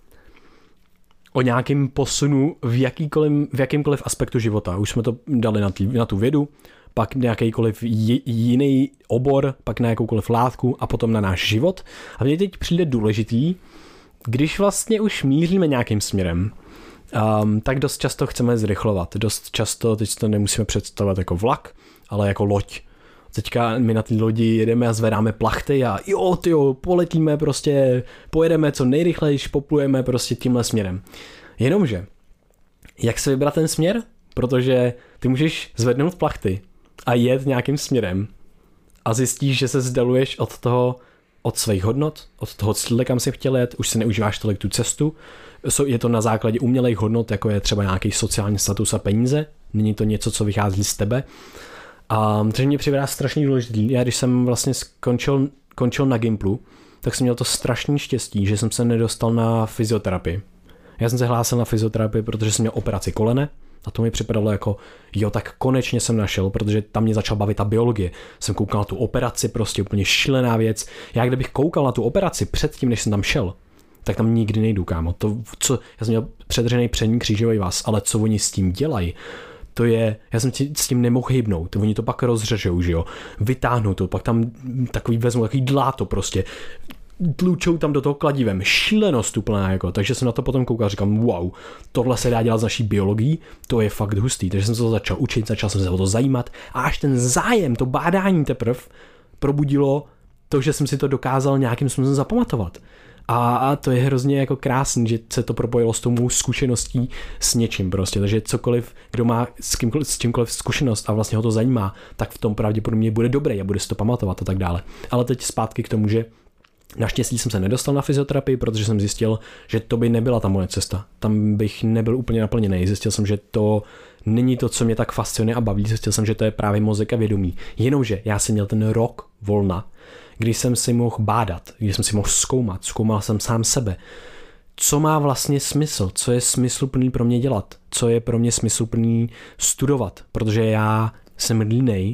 o nějakém posunu v, jakýkoliv, v jakýmkoliv aspektu života. Už jsme to dali na, tý, na tu vědu, pak nějakýkoliv jiný obor, pak na jakoukoliv látku a potom na náš život. A mně teď přijde důležitý, když vlastně už míříme nějakým směrem, Um, tak dost často chceme zrychlovat. Dost často, teď to nemusíme představovat jako vlak, ale jako loď. Teďka my na té lodi jedeme a zvedáme plachty a jo, tyjo, poletíme prostě, pojedeme co nejrychleji, poplujeme prostě tímhle směrem. Jenomže, jak se vybrat ten směr? Protože ty můžeš zvednout plachty a jet nějakým směrem a zjistíš, že se vzdaluješ od toho, od svých hodnot, od toho cíle, kam jsi chtěl jet, už si neužíváš tolik tu cestu. Je to na základě umělých hodnot, jako je třeba nějaký sociální status a peníze. Není to něco, co vychází z tebe. A takže mě připadá strašně důležitý. Já když jsem vlastně skončil, končil na Gimplu, tak jsem měl to strašný štěstí, že jsem se nedostal na fyzioterapii. Já jsem se hlásil na fyzioterapii, protože jsem měl operaci kolene. A to mi připadalo jako, jo, tak konečně jsem našel, protože tam mě začala bavit ta biologie. Jsem koukal na tu operaci, prostě úplně šílená věc. Já kdybych koukal na tu operaci předtím, než jsem tam šel, tak tam nikdy nejdu, kámo. To, co, já jsem měl předřený přední křížový vaz, ale co oni s tím dělají, to je, já jsem s tím nemohl hybnout, oni to pak rozřežou, že jo, vytáhnou to, pak tam takový vezmou, takový dláto prostě, tlučou tam do toho kladivem, šílenost úplná, jako, takže jsem na to potom koukal a říkám, wow, tohle se dá dělat s naší biologií, to je fakt hustý, takže jsem se to začal učit, začal jsem se o to zajímat a až ten zájem, to bádání teprv probudilo to, že jsem si to dokázal nějakým způsobem zapamatovat. A to je hrozně jako krásný, že se to propojilo s tou mou zkušeností s něčím prostě, takže cokoliv, kdo má s, kýmkoliv, s čímkoliv zkušenost a vlastně ho to zajímá, tak v tom pravděpodobně bude dobrý a bude si to pamatovat a tak dále. Ale teď zpátky k tomu, že naštěstí jsem se nedostal na fyzioterapii, protože jsem zjistil, že to by nebyla ta moje cesta. Tam bych nebyl úplně naplněný. Zjistil jsem, že to není to, co mě tak fascinuje a baví. Zjistil jsem, že to je právě mozek a vědomí. Jenomže já jsem měl ten rok volna, když jsem si mohl bádat, když jsem si mohl zkoumat, zkoumal jsem sám sebe. Co má vlastně smysl? Co je smysluplný pro mě dělat? Co je pro mě smysluplný studovat? Protože já jsem línej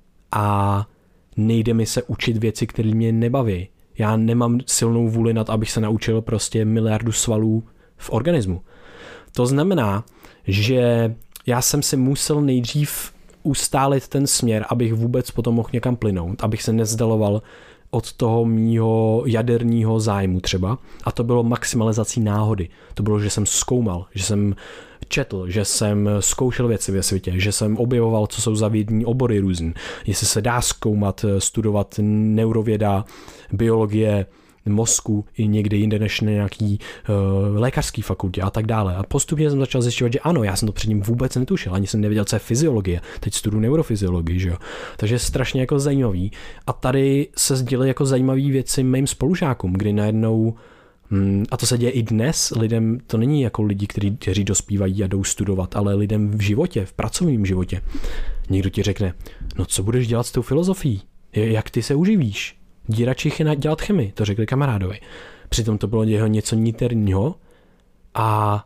a nejde mi se učit věci, které mě nebaví. Já nemám silnou vůli na to, abych se naučil prostě miliardu svalů v organismu. To znamená, že já jsem si musel nejdřív ustálit ten směr, abych vůbec potom mohl někam plynout, abych se nezdaloval od toho mýho jaderního zájmu třeba. A to bylo maximalizací náhody. To bylo, že jsem zkoumal, že jsem četl, že jsem zkoušel věci ve světě, že jsem objevoval, co jsou za vědní obory různý. Jestli se dá zkoumat, studovat neurověda, biologie, mozku i někde jinde než na nějaký uh, lékařský fakultě a tak dále. A postupně jsem začal zjišťovat, že ano, já jsem to předtím vůbec netušil, ani jsem nevěděl, co je fyziologie. Teď studuju neurofyziologii, že jo. Takže je strašně jako zajímavý. A tady se sdělí jako zajímavé věci mým spolužákům, kdy najednou hmm, a to se děje i dnes, lidem, to není jako lidi, kteří, kteří dospívají a jdou studovat, ale lidem v životě, v pracovním životě. Někdo ti řekne, no co budeš dělat s tou filozofií? Jak ty se uživíš? Jdi radši dělat chemii, to řekli kamarádovi. Přitom to bylo jeho něco niterního A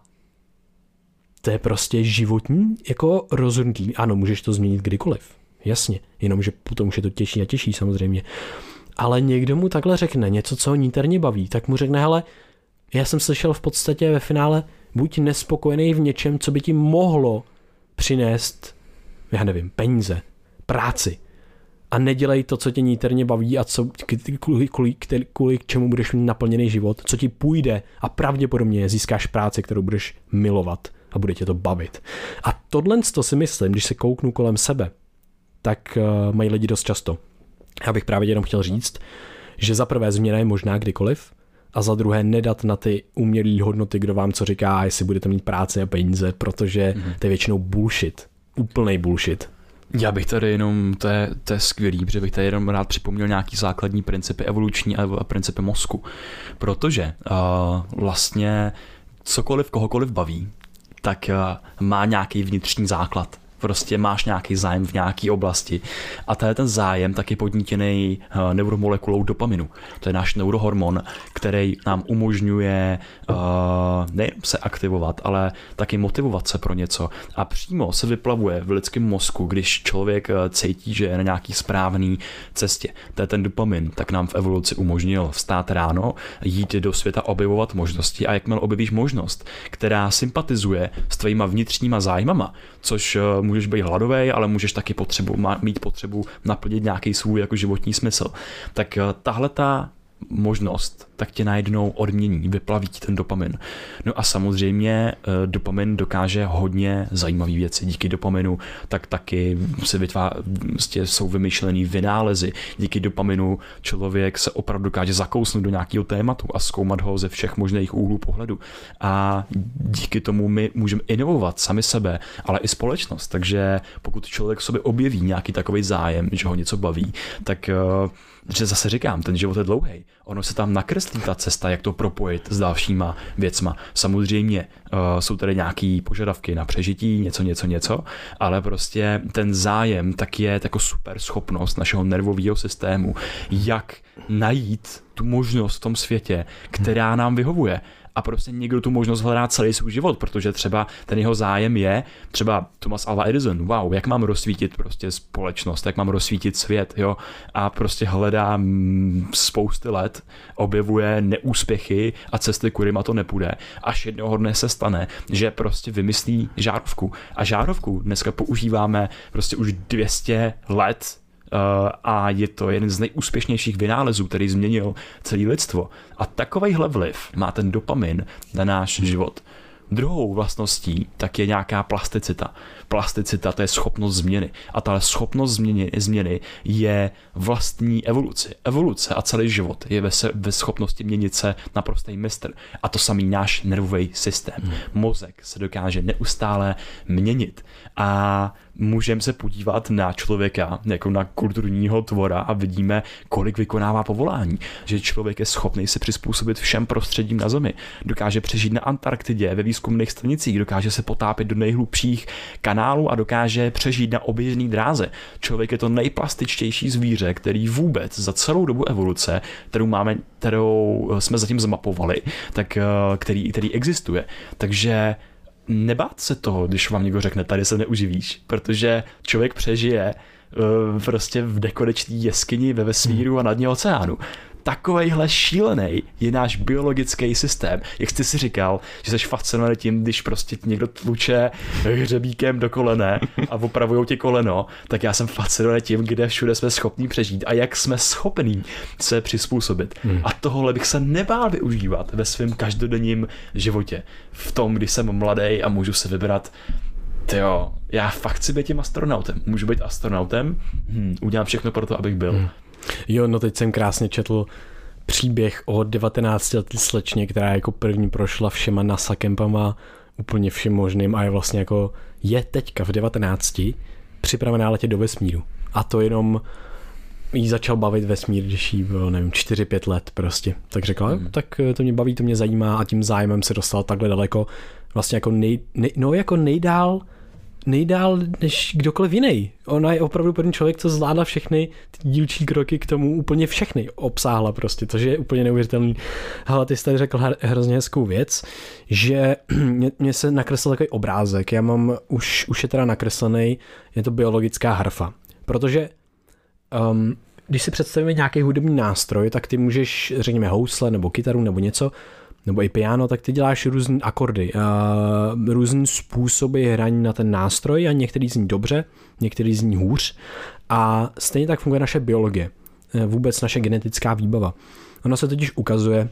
to je prostě životní jako rozhodnutí. Ano, můžeš to změnit kdykoliv. Jasně, jenomže potom už je to těžší a těžší samozřejmě. Ale někdo mu takhle řekne něco, co ho níterně baví, tak mu řekne, hele, já jsem slyšel v podstatě ve finále, buď nespokojený v něčem, co by ti mohlo přinést, já nevím, peníze, práci. A nedělej to, co tě níterně baví a co, kvůli, kvůli, kvůli k čemu budeš mít naplněný život, co ti půjde a pravděpodobně získáš práci, kterou budeš milovat a bude tě to bavit. A tohle to si myslím, když se kouknu kolem sebe, tak uh, mají lidi dost často. Já bych právě jenom chtěl říct, že za prvé změna je možná kdykoliv a za druhé nedat na ty umělé hodnoty, kdo vám co říká, jestli budete mít práci a peníze, protože mm-hmm. to je většinou bullshit. Úplnej bullshit. Já bych tady jenom, to je, to je skvělý, protože bych tady jenom rád připomněl nějaký základní principy evoluční a principy mozku. Protože uh, vlastně cokoliv kohokoliv baví, tak uh, má nějaký vnitřní základ. Prostě máš nějaký zájem v nějaké oblasti a to je ten zájem taky podnítěný uh, neuromolekulou dopaminu. To je náš neurohormon, který nám umožňuje uh, nejen se aktivovat, ale taky motivovat se pro něco. A přímo se vyplavuje v lidském mozku, když člověk uh, cítí, že je na nějaký správný cestě. To je ten dopamin, tak nám v evoluci umožnil vstát ráno, jít do světa, objevovat možnosti a jakmile objevíš možnost, která sympatizuje s tvýma vnitřníma zájmama, což uh, můžeš být hladový, ale můžeš taky potřebu, mít potřebu naplnit nějaký svůj jako životní smysl. Tak tahle ta možnost tak tě najednou odmění, vyplaví ten dopamin. No a samozřejmě dopamin dokáže hodně zajímavé věci. Díky dopaminu tak taky se vytváří, jsou vymyšlený vynálezy. Díky dopaminu člověk se opravdu dokáže zakousnout do nějakého tématu a zkoumat ho ze všech možných úhlů pohledu. A díky tomu my můžeme inovovat sami sebe, ale i společnost. Takže pokud člověk v sobě objeví nějaký takový zájem, že ho něco baví, tak že zase říkám, ten život je dlouhý. Ono se tam nakreslí ta cesta, jak to propojit s dalšíma věcma. Samozřejmě uh, jsou tady nějaký požadavky na přežití, něco, něco, něco, ale prostě ten zájem tak je jako super schopnost našeho nervového systému, jak najít tu možnost v tom světě, která nám vyhovuje. A prostě někdo tu možnost hledá celý svůj život, protože třeba ten jeho zájem je, třeba Thomas Alva Edison, wow, jak mám rozsvítit prostě společnost, jak mám rozsvítit svět, jo, a prostě hledá spousty let, objevuje neúspěchy a cesty, kudyma to nepůjde, až jednoho dne se stane, že prostě vymyslí žárovku. A žárovku dneska používáme prostě už dvě stě let, Uh, a je to jeden z nejúspěšnějších vynálezů, který změnil celé lidstvo. A takovejhle vliv má ten dopamin na náš život. Druhou vlastností tak je nějaká plasticita. Plasticita, to je schopnost změny. A ta schopnost změny, změny je vlastní evoluci. Evoluce a celý život je ve, se, ve schopnosti měnit se naprostý mistr. A to samý náš nervový systém. Hmm. Mozek se dokáže neustále měnit. A můžeme se podívat na člověka jako na kulturního tvora a vidíme, kolik vykonává povolání. Že člověk je schopný se přizpůsobit všem prostředím na Zemi. Dokáže přežít na Antarktidě, ve výzkumných stanicích, dokáže se potápět do nejhlubších kanálů a dokáže přežít na oběžné dráze. Člověk je to nejplastičtější zvíře, který vůbec za celou dobu evoluce, kterou máme, kterou jsme zatím zmapovali, tak který, který existuje. Takže nebát se toho, když vám někdo řekne, tady se neuživíš, protože člověk přežije uh, prostě v nekonečné jeskyni ve vesmíru a na dně oceánu. Takovejhle šílený je náš biologický systém. Jak jsi si říkal, že jsi fascinovaný tím, když prostě někdo tluče hřebíkem do kolene a opravujou ti koleno, tak já jsem fascinovaný tím, kde všude jsme schopní přežít a jak jsme schopní se přizpůsobit. Hmm. A tohle bych se nebál využívat ve svém každodenním životě. V tom, když jsem mladý a můžu se vybrat, tyjo, já fakt chci být tím astronautem. Můžu být astronautem? Hmm, udělám všechno pro to, abych byl. Hmm. Jo, no teď jsem krásně četl příběh o devatenáctileté slečně, která jako první prošla všema NASA kempama, úplně všem možným a je vlastně jako je teďka v devatenácti připravená letět do vesmíru. A to jenom jí začal bavit vesmír, když jí bylo, nevím, čtyři pět let prostě. Tak řekla, hmm. tak to mě baví, to mě zajímá a tím zájmem se dostal takhle daleko, vlastně jako nej, nej, no jako nejdál nejdál než kdokoliv jiný. Ona je opravdu první člověk, co zvládla všechny ty dílčí kroky k tomu, úplně všechny obsáhla prostě, to je úplně neuvěřitelný. Hele, ty jsi tady řekl hrozně hezkou věc, že mě, mě se nakreslil takový obrázek, já mám, už, už je teda nakreslený, je to biologická harfa, protože um, když si představíme nějaký hudební nástroj, tak ty můžeš, řekněme, housle nebo kytaru nebo něco, nebo i piano, tak ty děláš různý akordy, uh, různý způsoby hraní na ten nástroj a některý zní dobře, některý zní hůř a stejně tak funguje naše biologie, vůbec naše genetická výbava. Ono se totiž ukazuje,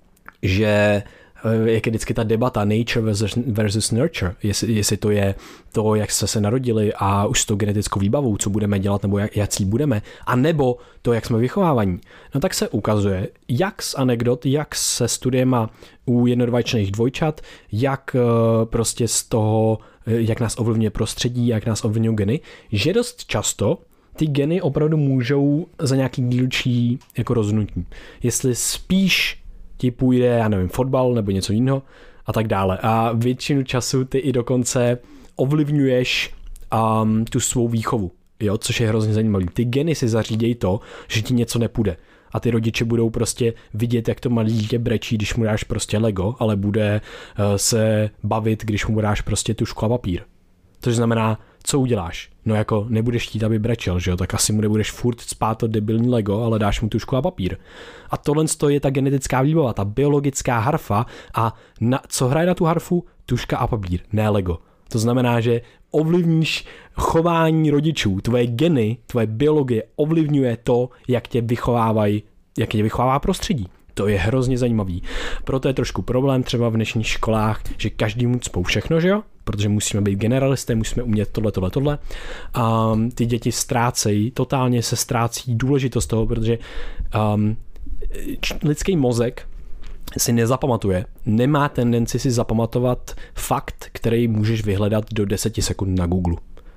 že jak je vždycky ta debata nature versus, versus nurture, jestli, jestli to je to, jak jsme se narodili a už s tou genetickou výbavou, co budeme dělat nebo jak, jaký budeme, a nebo to, jak jsme vychovávaní. No tak se ukazuje, jak z anekdot, jak se studiema u jednorvajčných dvojčat, jak prostě z toho, jak nás ovlivňuje prostředí, jak nás ovlivňují geny, že dost často ty geny opravdu můžou za nějaký dílčí jako rozhodnutí. Jestli spíš ti půjde, já nevím, fotbal nebo něco jiného a tak dále. A většinu času ty i dokonce ovlivňuješ um, tu svou výchovu, jo, což je hrozně zajímavé. Ty geny si zařídějí to, že ti něco nepůjde. A ty rodiče budou prostě vidět, jak to malé dítě brečí, když mu dáš prostě Lego, ale bude uh, se bavit, když mu dáš prostě tužku a papír. Což znamená, co uděláš? No jako nebudeš chtít, aby brečel, že jo? Tak asi mu nebudeš furt spát to debilní Lego, ale dáš mu tužku a papír. A tohle je ta genetická výbava, ta biologická harfa a na, co hraje na tu harfu? Tužka a papír, ne Lego. To znamená, že ovlivníš chování rodičů, tvoje geny, tvoje biologie ovlivňuje to, jak tě vychovávají, jak tě vychovává prostředí. To je hrozně zajímavý. Proto je trošku problém třeba v dnešních školách, že každý mu cpou všechno, že jo? Protože musíme být generalisté, musíme umět tohle, tohle, tohle. A ty děti ztrácejí, totálně se ztrácí důležitost toho, protože um, lidský mozek si nezapamatuje, nemá tendenci si zapamatovat fakt, který můžeš vyhledat do deseti sekund na Google.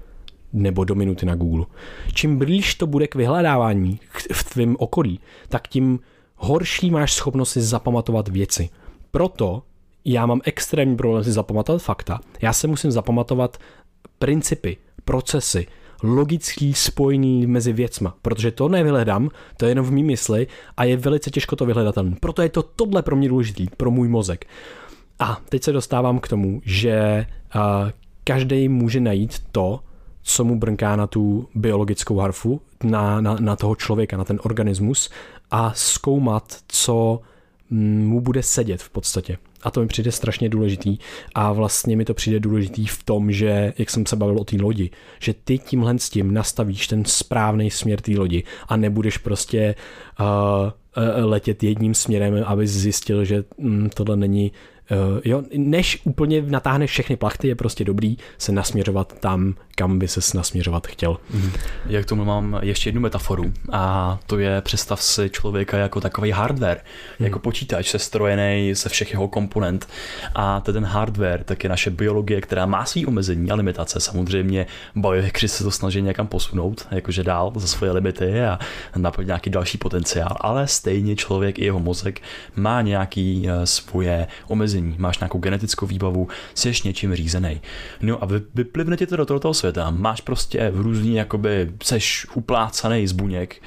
Nebo do minuty na Google. Čím blíž to bude k vyhledávání v tvém okolí, tak tím horší máš schopnost si zapamatovat věci. Proto já mám extrémní problém si zapamatovat fakta. Já se musím zapamatovat principy, procesy, logický spojení mezi věcma, protože to nevyhledám, to je jenom v mý mysli a je velice těžko to vyhledatelné. Proto je to tohle pro mě důležitý, pro můj mozek. A teď se dostávám k tomu, že uh, každý může najít to, co mu brnká na tu biologickou harfu, na, na, na toho člověka, na ten organismus a zkoumat, co mu bude sedět v podstatě. A to mi přijde strašně důležitý a vlastně mi to přijde důležitý v tom, že, jak jsem se bavil o té lodi, že ty tímhle s tím nastavíš ten správný směr té lodi a nebudeš prostě uh, uh, letět jedním směrem, aby zjistil, že um, tohle není Uh, jo, než úplně natáhneš všechny plachty, je prostě dobrý se nasměřovat tam, kam by ses nasměřovat chtěl. Mm. Jak tomu mám ještě jednu metaforu a to je, představ si člověka jako takový hardware, mm. jako počítač sestrojený ze všech jeho komponent a ten hardware, tak je naše biologie, která má svý omezení a limitace. Samozřejmě biohackři se to snaží někam posunout, jakože dál za svoje limity a naplnit nějaký další potenciál, ale stejně člověk i jeho mozek má nějaký uh, svoje omezení. Máš nějakou genetickou výbavu, jsi něčím řízený. No a vyplivne ti to do tohoto světa. Máš prostě v různý, jakoby, seš uplácaný z buněk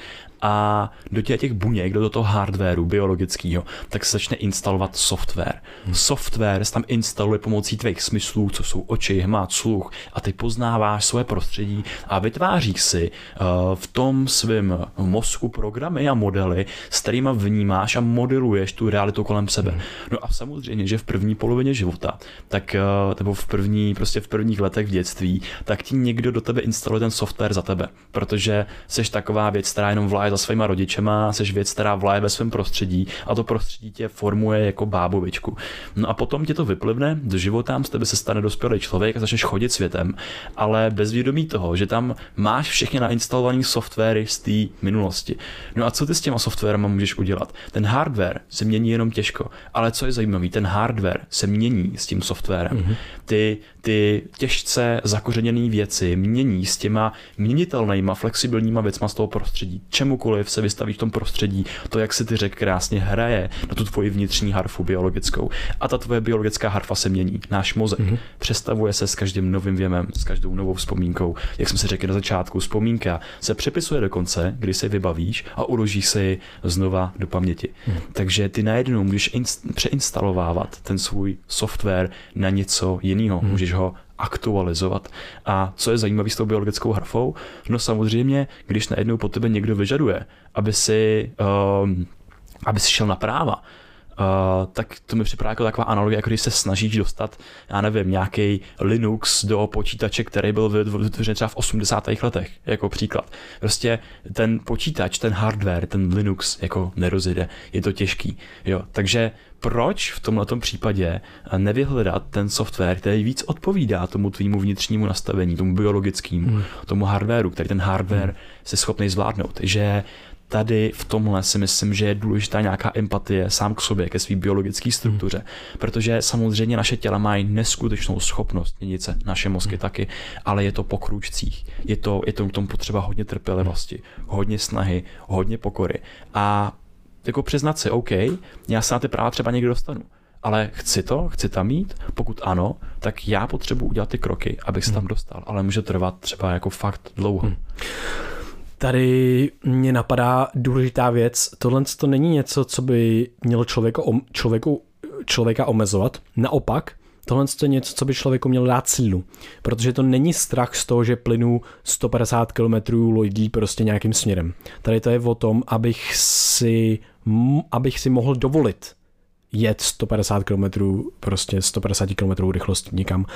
a do těch, těch buněk, do toho hardwareu biologického, tak se začne instalovat software. Hmm. Software se tam instaluje pomocí tvých smyslů, co jsou oči, hmat, sluch a ty poznáváš svoje prostředí a vytváříš si uh, v tom svém mozku programy a modely, s kterými vnímáš a modeluješ tu realitu kolem sebe. Hmm. No a samozřejmě, že v první polovině života, tak uh, nebo v první, prostě v prvních letech v dětství, tak ti někdo do tebe instaluje ten software za tebe, protože jsi taková věc, která jenom vláje za svýma rodičema, seš věc, která vláje ve svém prostředí a to prostředí tě formuje jako bábovičku. No a potom tě to vyplivne do života, z tebe se stane dospělý člověk a začneš chodit světem, ale bez vědomí toho, že tam máš všechny nainstalované softwary z té minulosti. No a co ty s těma softwarama můžeš udělat? Ten hardware se mění jenom těžko, ale co je zajímavé, ten hardware se mění s tím softwarem. Mm-hmm. ty, ty těžce zakořeněné věci mění s těma měnitelnýma, flexibilníma věcma z toho prostředí. Čemukoliv se vystaví v tom prostředí, to, jak si ty řekl, krásně hraje na tu tvoji vnitřní harfu biologickou. A ta tvoje biologická harfa se mění. Náš mozek mm-hmm. přestavuje se s každým novým věmem, s každou novou vzpomínkou. Jak jsme si řekli na začátku, vzpomínka se přepisuje do konce, kdy si vybavíš a uložíš si znova do paměti. Mm. Takže ty najednou můžeš inst- přeinstalovávat ten svůj software na něco jiného. Mm. Můžeš ho aktualizovat. A co je zajímavé s tou biologickou harfou? No samozřejmě, když najednou po tebe někdo vyžaduje, aby si, um, aby si šel na práva, Uh, tak to mi připadá jako taková analogie, jako když se snažíš dostat, já nevím, nějaký Linux do počítače, který byl vytvořen třeba v osmdesátých letech, jako příklad. Prostě ten počítač, ten hardware, ten Linux jako nerozjede, je to těžký. Jo. Takže proč v tomhletom případě nevyhledat ten software, který víc odpovídá tomu tvýmu vnitřnímu nastavení, tomu biologickému, hmm. tomu hardwareu, který ten hardware hmm. se schopný zvládnout, že tady v tomhle si myslím, že je důležitá nějaká empatie sám k sobě, ke své biologické struktuře, hmm. protože samozřejmě naše těla mají neskutečnou schopnost měnit se, naše mozky hmm. taky, ale je to po krůčcích, je to, je to k tomu potřeba hodně trpělivosti, hodně snahy, hodně pokory a jako přiznat si, OK, já se na ty práva třeba někdy dostanu, ale chci to, chci tam mít, pokud ano, tak já potřebuji udělat ty kroky, abych se tam dostal, ale může trvat třeba jako fakt dlouho. Hmm. Tady mě napadá důležitá věc. Tohle to není něco, co by mělo člověka, člověku, člověka omezovat. Naopak, tohle je něco, co by člověku mělo dát sílu. Protože to není strach z toho, že plynu sto padesát kilometrů lodí prostě nějakým směrem. Tady to je o tom, abych si, abych si mohl dovolit jet sto padesát kilometrů, prostě sto padesát kilometrů rychlostí někam.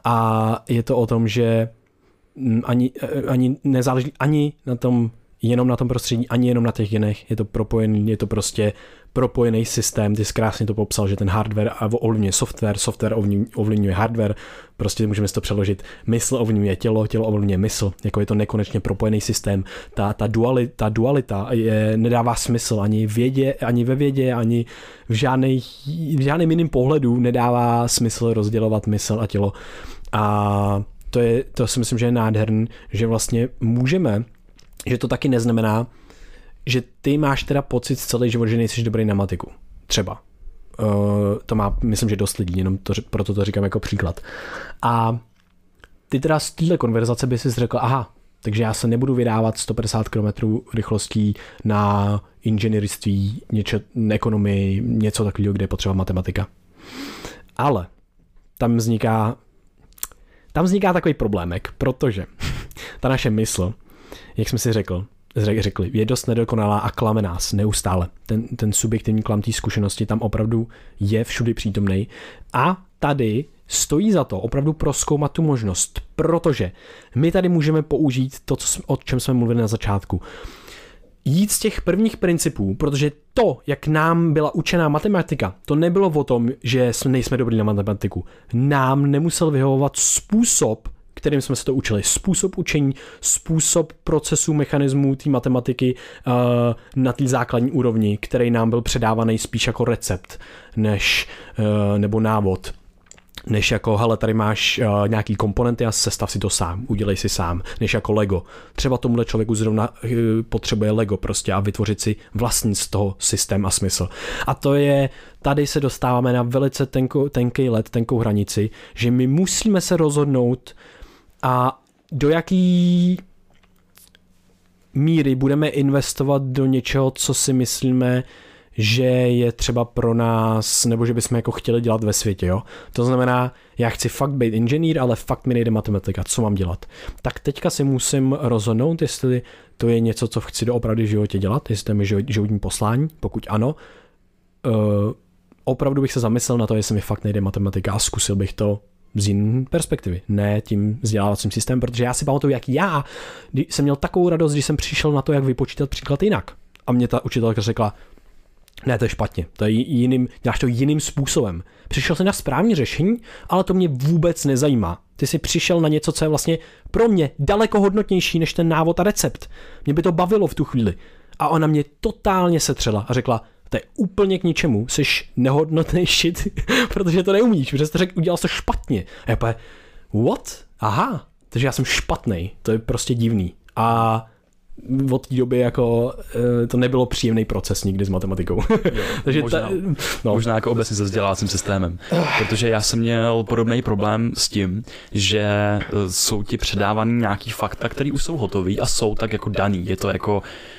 A je to o tom, že ani, ani nezáleží ani na tom, jenom na tom prostředí, ani jenom na těch genech, je to propojený, je to prostě propojený systém, ty jsi krásně to popsal, že ten hardware ovlivňuje software, software ovlivňuje hardware, prostě můžeme si to přeložit, mysl ovlivňuje tělo, tělo ovlivňuje mysl, jako je to nekonečně propojený systém, ta, ta, duali, ta dualita je, nedává smysl ani, vědě, ani ve vědě, ani v, žádnej, v žádném jiném pohledu nedává smysl rozdělovat mysl a tělo a To, je, to si myslím, že je nádherný, že vlastně můžeme, že to taky neznamená, že ty máš teda pocit celý život, že nejsi dobrý na matiku. Třeba. Uh, to má, myslím, že dost lidí, jenom to, proto to říkám jako příklad. A ty teda z téhle konverzace by si řekl, aha, takže já se nebudu vydávat sto padesát kilometrů rychlostí na inženýrství, něco, ekonomii, něco takového, kde je potřeba matematika. Ale tam vzniká Tam vzniká takový problémek, protože ta naše mysl, jak jsme si řekl, řekli, je dost nedokonalá a klame nás neustále. Ten, ten subjektivní klam té zkušenosti tam opravdu je všudy přítomnej a tady stojí za to opravdu prozkoumat tu možnost, protože my tady můžeme použít to, co, o čem jsme mluvili na začátku. Jít z těch prvních principů, protože to, jak nám byla učená matematika, to nebylo o tom, že jsme nejsme dobrý na matematiku. Nám nemusel vyhovovat způsob, kterým jsme se to učili. Způsob učení, způsob procesů, mechanismů té matematiky uh, na té základní úrovni, který nám byl předávaný spíš jako recept, než, uh, nebo návod. Než jako, hele, tady máš uh, nějaký komponenty a sestav si to sám, udělej si sám, než jako Lego. Třeba tomuhle člověku zrovna uh, potřebuje Lego prostě a vytvořit si vlastní z toho systém a smysl. A to je, tady se dostáváme na velice tenko, tenký led, tenkou hranici, že my musíme se rozhodnout a do jaký míry budeme investovat do něčeho, co si myslíme, že je třeba pro nás, nebo že bychom jako chtěli dělat ve světě, jo. To znamená, já chci fakt být inženýr, ale fakt mi nejde matematika, co mám dělat? Tak teďka si musím rozhodnout, jestli to je něco, co chci doopravdy v životě dělat, jestli to je mi životní poslání, pokud ano, uh, opravdu bych se zamyslel na to, jestli mi fakt nejde matematika a zkusil bych to z jiné perspektivy, ne tím vzdělávacím systémem, protože já si pamatuju, jak já jsem měl takovou radost, když jsem přišel na to, jak vypočítat příklad jinak. A mě ta učitelka řekla, ne, to je špatně, to je jiným, děláš to jiným způsobem. Přišel jsem na správné řešení, ale to mě vůbec nezajímá. Ty jsi přišel na něco, co je vlastně pro mě daleko hodnotnější než ten návod a recept. Mě by to bavilo v tu chvíli. A ona mě totálně setřela a řekla, to je úplně k ničemu, jsi nehodnotný shit, protože to neumíš, protože jsi to řekl, udělal jsi to špatně. A já půjde, what? Aha, takže já jsem špatnej, to je prostě divný. A od té doby jako to nebylo příjemný proces nikdy s matematikou. Jo, takže možná, ta, no. možná jako obecně se vzdělávacím systémem. Protože já jsem měl podobný problém s tím, že jsou ti předávaný nějaký fakta, které už jsou hotový a jsou tak jako daný. Je to jako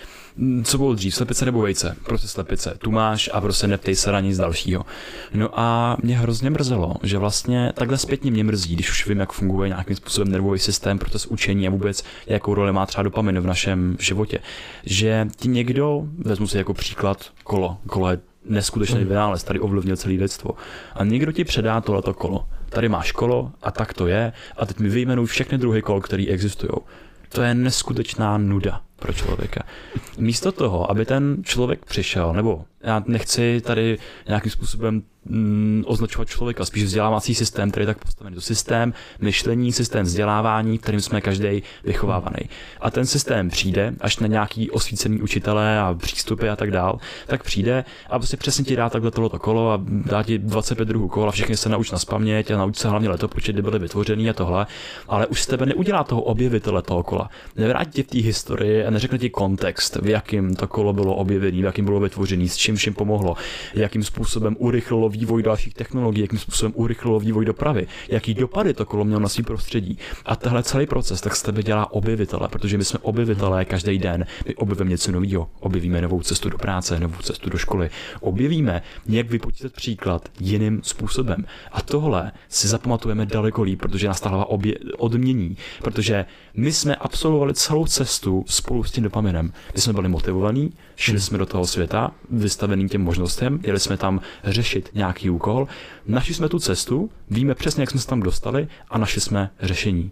co bylo dřív, slepice nebo vejce? Prostě slepice. Tu máš a prostě neptej se na nic dalšího. No a mě hrozně mrzelo, že vlastně takhle zpětně mě mrzí, když už vím, jak funguje nějakým způsobem nervový systém, proces učení a vůbec jakou roli má třeba dopamin v našem životě. Že ti někdo, vezmu si jako příklad kolo, kolo je neskutečný mm. vynález, tady ovlivnil celé lidstvo. A někdo ti předá tohleto kolo. Tady máš kolo a tak to je a teď mi vyjmenuj všechny druhy kol, které existují. To je neskutečná nuda pro člověka. Místo toho, aby ten člověk přišel, nebo já nechci tady nějakým způsobem mm, označovat člověka, spíš vzdělávací systém, který je tak postavený. To systém myšlení, systém vzdělávání, kterým jsme každý vychovávaný. A ten systém přijde, až na nějaký osvícený učitelé a přístupy a tak dál, tak přijde a prostě přesně ti dá takhle tohleto kolo a dá ti dvacet pět druhů kol a všechny se nauč naspaměť a nauč se hlavně letopočet, kdy byly vytvořený a tohle, ale už z tebe neudělá toho objevitele toho kola. Nevrátí tě v té historii a neřekne ti kontext, v jakým to kolo bylo objevené, v jakým bylo vytvořené, s čím vším pomohlo, jakým způsobem urychlilo vývoj dalších technologií, jakým způsobem urychlilo vývoj dopravy, jaký dopady to kolo mělo na svý prostředí. A tenhle celý proces tak z tebe dělá objevitele, protože my jsme objevitelé každý den. My objevíme něco nového, objevíme novou cestu do práce, novou cestu do školy, objevíme, jak vypočítat příklad jiným způsobem. A tohle si zapamatujeme daleko líp, protože nás ta hlava obje- odmění, protože my jsme absolvovali celou cestu spolu s tím dopaminem. My jsme byli motivovaní, šli jsme do toho světa, vystavený těm možnostem, jeli jsme tam řešit nějaký úkol, našli jsme tu cestu, víme přesně, jak jsme se tam dostali a našli jsme řešení.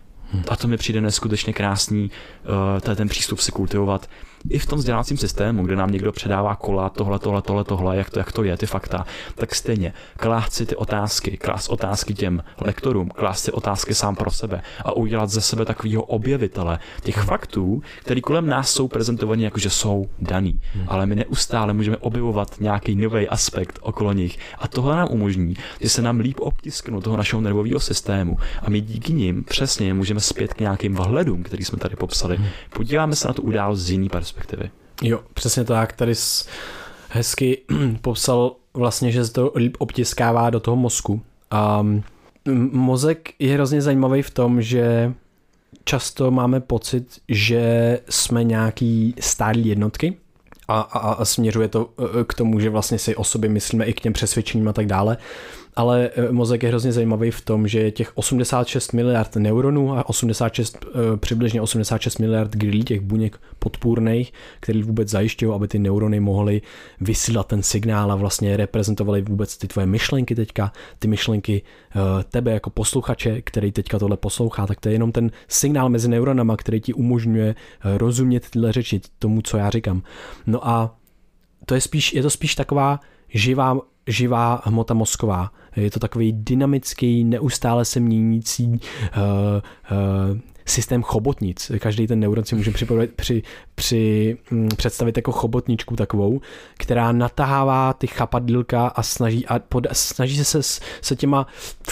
A to mi přijde neskutečně krásný, uh, ten přístup si kultivovat i v tom vzdělávacím systému, kde nám někdo předává kola, tohle, tohle, tohle, tohle, jak to, jak to je, ty fakta, tak stejně klást si ty otázky, klást otázky těm lektorům, klást si otázky sám pro sebe a udělat ze sebe takového objevitele těch faktů, který kolem nás jsou prezentovaní jako, že jsou daný, hmm. ale my neustále můžeme objevovat nějaký nový aspekt okolo nich a tohle nám umožní, že se nám líp obtisknou toho našeho nervového systému a my díky nim přesně můžeme zpět k nějakým vhledům, který jsme tady popsali. Hmm. Podíváme se na tu událost z jiný perspektivy. Jo, přesně tak, tady jsi hezky popsal vlastně, že se to líp obtiskává do toho mozku. A mozek je hrozně zajímavý v tom, že často máme pocit, že jsme nějaký stálý jednotky a, a, a směřuje to k tomu, že vlastně si o sobě myslíme i k těm přesvědčením a tak dále. Ale mozek je hrozně zajímavý v tom, že těch osmdesát šest miliard neuronů a osmdesát šest, přibližně osmdesát šest miliard glí, těch buněk podpůrných, který vůbec zajišťují, aby ty neurony mohly vysílat ten signál a vlastně reprezentovaly vůbec ty tvoje myšlenky teďka, ty myšlenky tebe jako posluchače, který teďka tohle poslouchá, tak to je jenom ten signál mezi neuronama, který ti umožňuje rozumět tyhle řeči, tomu, co já říkám. No a to je spíš, je to spíš taková živá živá hmota mozková. Je to takový dynamický, neustále se měnící uh, uh, systém chobotnic. Každý ten neuron si může připravit, při, při, um, představit jako chobotničku takovou, která natahává ty chapadlílka a snaží, a pod, snaží se se těma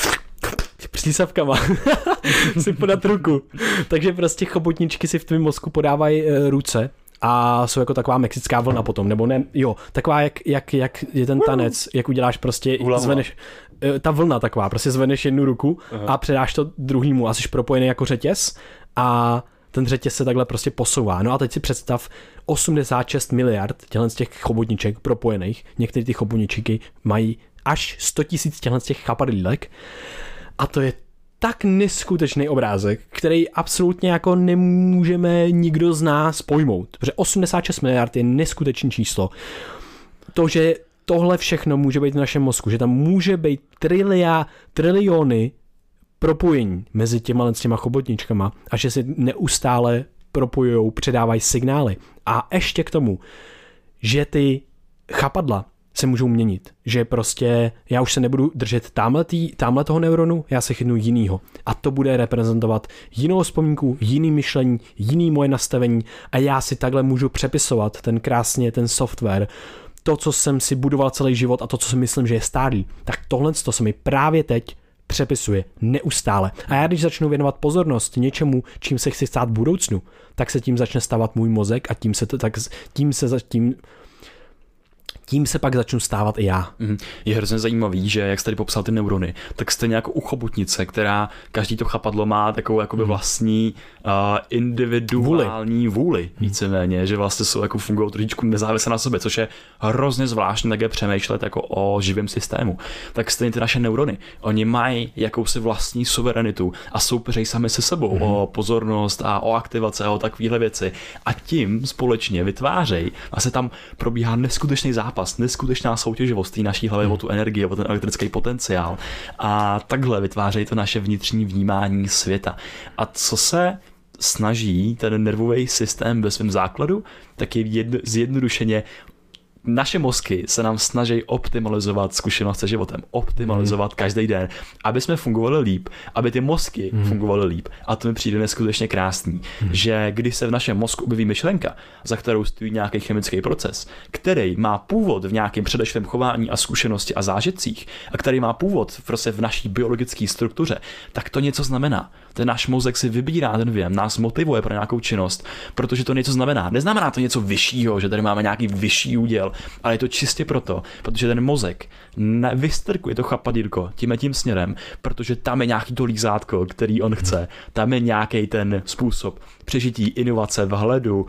přísavkama si podat ruku. Takže prostě chobotničky si v tvém mozku podávají uh, ruce a jsou jako taková mexická vlna potom, nebo ne, jo, taková jak, jak, jak je ten tanec, jak uděláš prostě, zveneš, ta vlna taková, prostě zveneš jednu ruku Aha. a předáš to druhýmu a jsi propojený jako řetěz a ten řetěz se takhle prostě posouvá. No a teď si představ osmdesát šest miliard těchto z těch chobotniček propojených, některé ty chobotničky mají až sto tisíc těchto z těch chapadlílek a to je tak neskutečný obrázek, který absolutně jako nemůžeme nikdo z nás pojmout. Protože osmdesát šest miliard je neskutečné číslo. To, že tohle všechno může být v našem mozku, že tam může být trilia, triliony propojení mezi těma, těma chobotničkama a že si neustále propojujou, předávají signály. A ještě k tomu, že ty chapadla se můžou měnit, že prostě já už se nebudu držet támhle, tý, támhle toho neuronu, já se chytnu jinýho a to bude reprezentovat jinou vzpomínku, jiný myšlení, jiný moje nastavení a já si takhle můžu přepisovat ten krásně, ten software to, co jsem si budoval celý život a to, co si myslím, že je stálý, tak tohle to se mi právě teď přepisuje neustále. A já když začnu věnovat pozornost něčemu, čím se chci stát v budoucnu, tak se tím začne stávat můj mozek a tím se to, tak, tím se tím, tím se pak začnu stávat i já. Je hrozně zajímavý, že jak jsi tady popsal ty neurony, tak stejně jako u chobotnice, která každý to chapadlo má takovou jakoby vlastní uh, individuální vůli, vůli víceméně, že vlastně jsou jako fungují trošičku nezávisle na sobě, což je hrozně zvláštní také přemýšlet jako o živém systému. Tak stejně ty naše neurony, oni mají jakousi vlastní suverenitu a soupeřejí sami se sebou mm. o pozornost a o aktivace a o takovéhle věci a tím společně vytvářejí a se tam probíhá neskutečný zápas, neskutečná soutěživost té naší hlavy hmm. o tu energii, o ten elektrický potenciál a takhle vytvářejí to naše vnitřní vnímání světa. A co se snaží ten nervový systém ve svém základu, tak je jedno, zjednodušeně naše mozky se nám snaží optimalizovat zkušenost se životem, optimalizovat hmm. každý den, aby jsme fungovali líp, aby ty mozky hmm. fungovaly líp. A to mi přijde neskutečně krásný, hmm. že když se v našem mozku objeví myšlenka, za kterou stojí nějaký chemický proces, který má původ v nějakém předešlém chování a zkušenosti a zážitcích, a který má původ prostě v naší biologické struktuře, tak to něco znamená. Ten náš mozek si vybírá ten věm, nás motivuje pro nějakou činnost, protože to něco znamená. Neznamená to něco vyššího, že tady máme nějaký vyšší úděl, ale je to čistě proto, protože ten mozek vystrkuje to chapadírko tím a tím směrem, protože tam je nějaký to lízátko, který on chce. Tam je nějaký ten způsob přežití, inovace, vhledu, uh,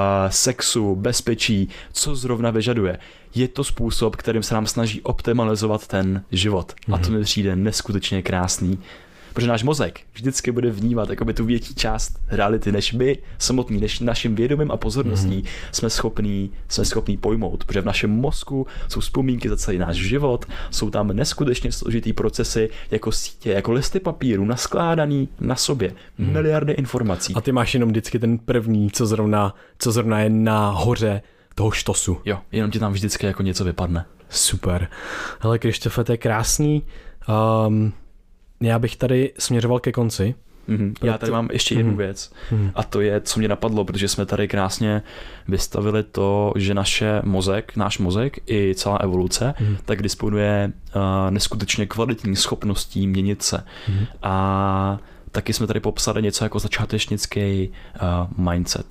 sexu, bezpečí, co zrovna vyžaduje. Je to způsob, kterým se nám snaží optimalizovat ten život. Mm-hmm. A to mi přijde neskutečně krásný. Protože náš mozek vždycky bude vnímat jakoby tu větší část reality, než my samotný, než naším vědomím a pozorností mm-hmm. jsme schopní, jsme schopní pojmout. Protože v našem mozku jsou vzpomínky za celý náš život, jsou tam neskutečně složitý procesy jako sítě, jako listy papíru, naskládaný na sobě, mm-hmm. miliardy informací. A ty máš jenom vždycky ten první, co zrovna, co zrovna je na hoře toho štosu. Jo, jenom ti tam vždycky jako něco vypadne. Super. Hele, Krištofe, to je krásný. Um, Já bych tady směřoval ke konci. Mm-hmm. Proto... Já tady mám ještě jednu mm-hmm. věc a to je, co mě napadlo, protože jsme tady krásně vystavili to, že naše mozek, náš mozek i celá evoluce, mm-hmm. tak disponuje uh, neskutečně kvalitní schopností měnit se. Mm-hmm. A taky jsme tady popsali něco jako začátečnický uh, mindset.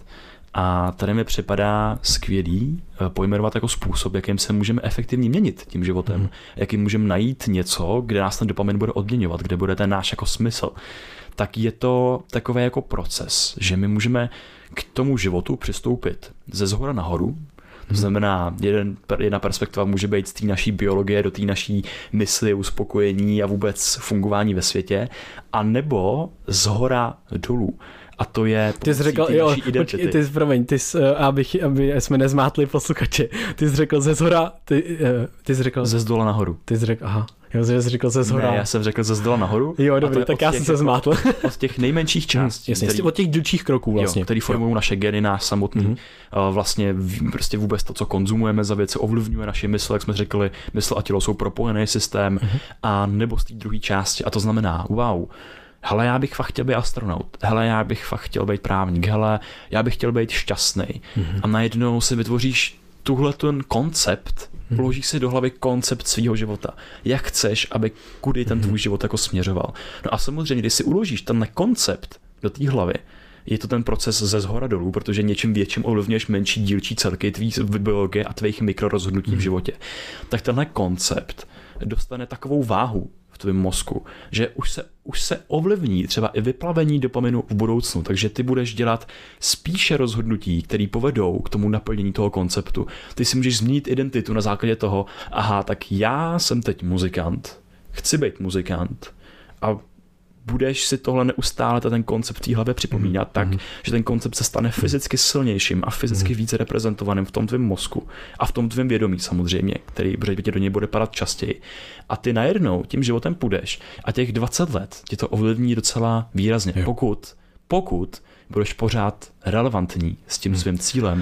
A tady mi připadá skvělý pojmenovat jako způsob, jakým se můžeme efektivně měnit tím životem, mm. jakým můžeme najít něco, kde nás ten dopamin bude odměňovat, kde bude ten náš jako smysl. Tak je to takový jako proces, že my můžeme k tomu životu přistoupit ze zhora nahoru. To znamená, jeden, jedna perspektiva může být z té naší biologie do té naší mysli, uspokojení a vůbec fungování ve světě, a nebo zhora dolů. A to je ty jsi řekl, jo, počkej, ty jsi, promiň, ty jsi, abych, aby jsme nezmátli posluchače, ty jsi řekl ze zhora, ty, ty jsi řekl... Ze zdola nahoru. Ty jsi řekl, aha, jo, jsi řekl ze zhora. Ne, já jsem řekl ze zdola nahoru. Jo, dobrý, tak já jsem se zmátl. Od těch nejmenších částí. Jasně, který, od těch dílčích kroků vlastně. Jo, který formují naše geny, náš samotný. Mm-hmm. Vlastně prostě vůbec to, co konzumujeme za věci, ovlivňuje naše mysl, jak jsme řekli, mysl a tělo jsou propojený systém, mm-hmm. a nebo z té druhé části. A to znamená, wow, hele, já bych fakt chtěl být astronaut, hele, já bych fakt chtěl být právník, hele, já bych chtěl být šťastný. Mm-hmm. A najednou si vytvoříš tuhle ten koncept, mm-hmm. vložíš si do hlavy koncept svého života. Jak chceš, aby kudy ten tvůj život jako směřoval. No a samozřejmě, když si uložíš ten koncept do té hlavy, je to ten proces ze zhora dolů, protože něčím větším ovlivňuješ menší dílčí celky tvý biologie a tvých mikrorozhodnutí mm-hmm. v životě. Tak tenhle koncept dostane takovou váhu v tvém mozku, že už se, už se ovlivní třeba i vyplavení dopaminu v budoucnu, takže ty budeš dělat spíše rozhodnutí, které povedou k tomu naplnění toho konceptu. Ty si můžeš změnit identitu na základě toho, aha, tak já jsem teď muzikant, chci být muzikant, a budeš si tohle neustále ten koncept v té hlavě připomínat mm. tak, mm. že ten koncept se stane fyzicky silnějším a fyzicky mm. více reprezentovaným v tom tvém mozku a v tom tvém vědomí samozřejmě, který tě do něj bude padat častěji. A ty najednou tím životem půjdeš a těch dvacet let tě to ovlivní docela výrazně. Jo. Pokud, pokud budeš pořád relevantní s tím mm. svým cílem a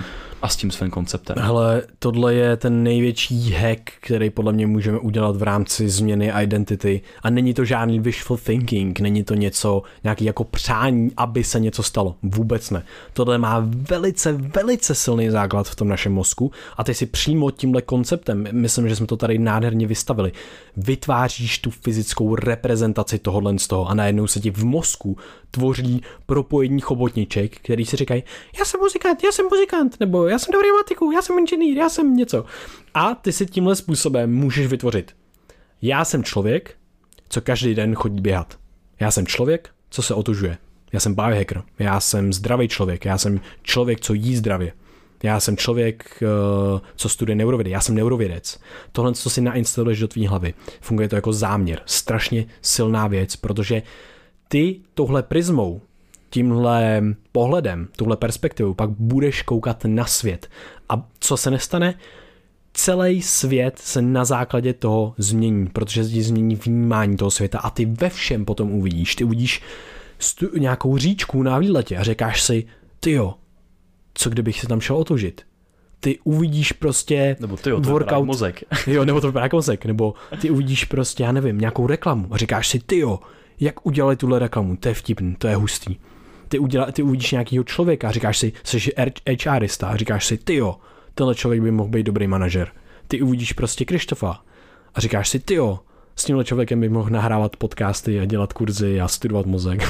a s tím svým konceptem. Hele, tohle je ten největší hack, který podle mě můžeme udělat v rámci změny identity a není to žádný wishful thinking, není to něco, nějaký jako přání, aby se něco stalo. Vůbec ne. Tohle má velice, velice silný základ v tom našem mozku a ty si přímo tímhle konceptem, myslím, že jsme to tady nádherně vystavili, vytváříš tu fyzickou reprezentaci tohohle z toho a najednou se ti v mozku tvoří propojení chobotniček, který si říkají, já jsem muzikant, já jsem muzikant, nebo já jsem dobrý matiku, já jsem inženýr, já jsem něco. A ty si tímhle způsobem můžeš vytvořit. Já jsem člověk, co každý den chodí běhat. Já jsem člověk, co se otužuje. Já jsem biohacker, já jsem zdravý člověk, já jsem člověk, co jí zdravě. Já jsem člověk, co studuje neurovědy, já jsem neurovědec. Tohle, co si nainstaluješ do tvý hlavy, funguje to jako záměr. Strašně silná věc, protože ty tohle prismou, tímhle pohledem, tuhle perspektivou pak budeš koukat na svět. A co se nestane? Celý svět se na základě toho změní, protože se změní vnímání toho světa a ty ve všem potom uvidíš. Ty uvidíš stu- nějakou říčku na výletě a říkáš si, tyjo, co kdybych se tam šel otužit? Ty uvidíš prostě nebo tyjo, to workout, mozek. Jo, nebo to vypadá jako mozek, nebo ty uvidíš prostě, já nevím, nějakou reklamu a říkáš si, tyjo, jak udělali tuhle reklamu, to je vtipný, to je hustý. Ty, uděla, ty uvidíš nějakýho člověka a říkáš si, jsi HRista a říkáš si, tyjo, tenhle člověk by mohl být dobrý manažer. Ty uvidíš prostě Krištofa a říkáš si, tyjo, s tímhle člověkem by mohl nahrávat podcasty a dělat kurzy a studovat mozek.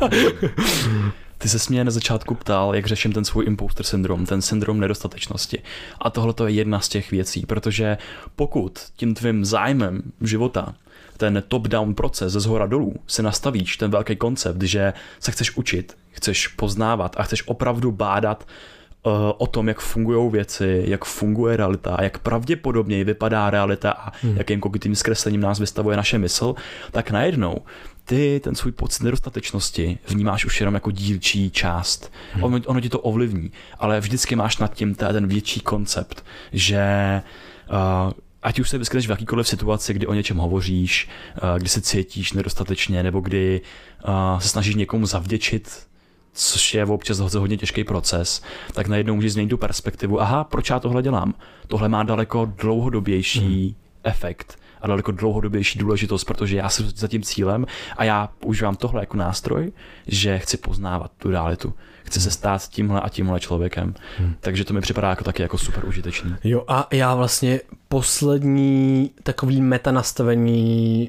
Ty se mě na začátku ptal, jak řeším ten svůj imposter syndrom, ten syndrom nedostatečnosti. A tohle to je jedna z těch věcí, protože pokud tím tvým zájmem života ten top-down proces ze zhora dolů si nastavíš ten velký koncept, že se chceš učit, chceš poznávat a chceš opravdu bádat uh, o tom, jak fungují věci, jak funguje realita, jak pravděpodobně vypadá realita a hmm. jakým kognitivním zkreslením nás vystavuje naše mysl, tak najednou ty ten svůj pocit nedostatečnosti vnímáš už jenom jako dílčí část. Hmm. Ono, ono ti to ovlivní, ale vždycky máš nad tím ten větší koncept, že uh, ať už se vyskytneš v jakýkoliv situaci, kdy o něčem hovoříš, kdy se cítíš nedostatečně, nebo kdy se snažíš někomu zavděčit, což je občas hodně těžký proces, tak najednou můžeš změnit tu perspektivu. Aha, proč já tohle dělám? Tohle má daleko dlouhodobější hmm. efekt a daleko dlouhodobější důležitost, protože já jsem za tím cílem a já používám tohle jako nástroj, že chci poznávat tu realitu. Chci se stát tímhle a tímhle člověkem. Hmm. Takže to mi připadá jako taky jako super užitečný. Jo a já vlastně poslední takový meta nastavení,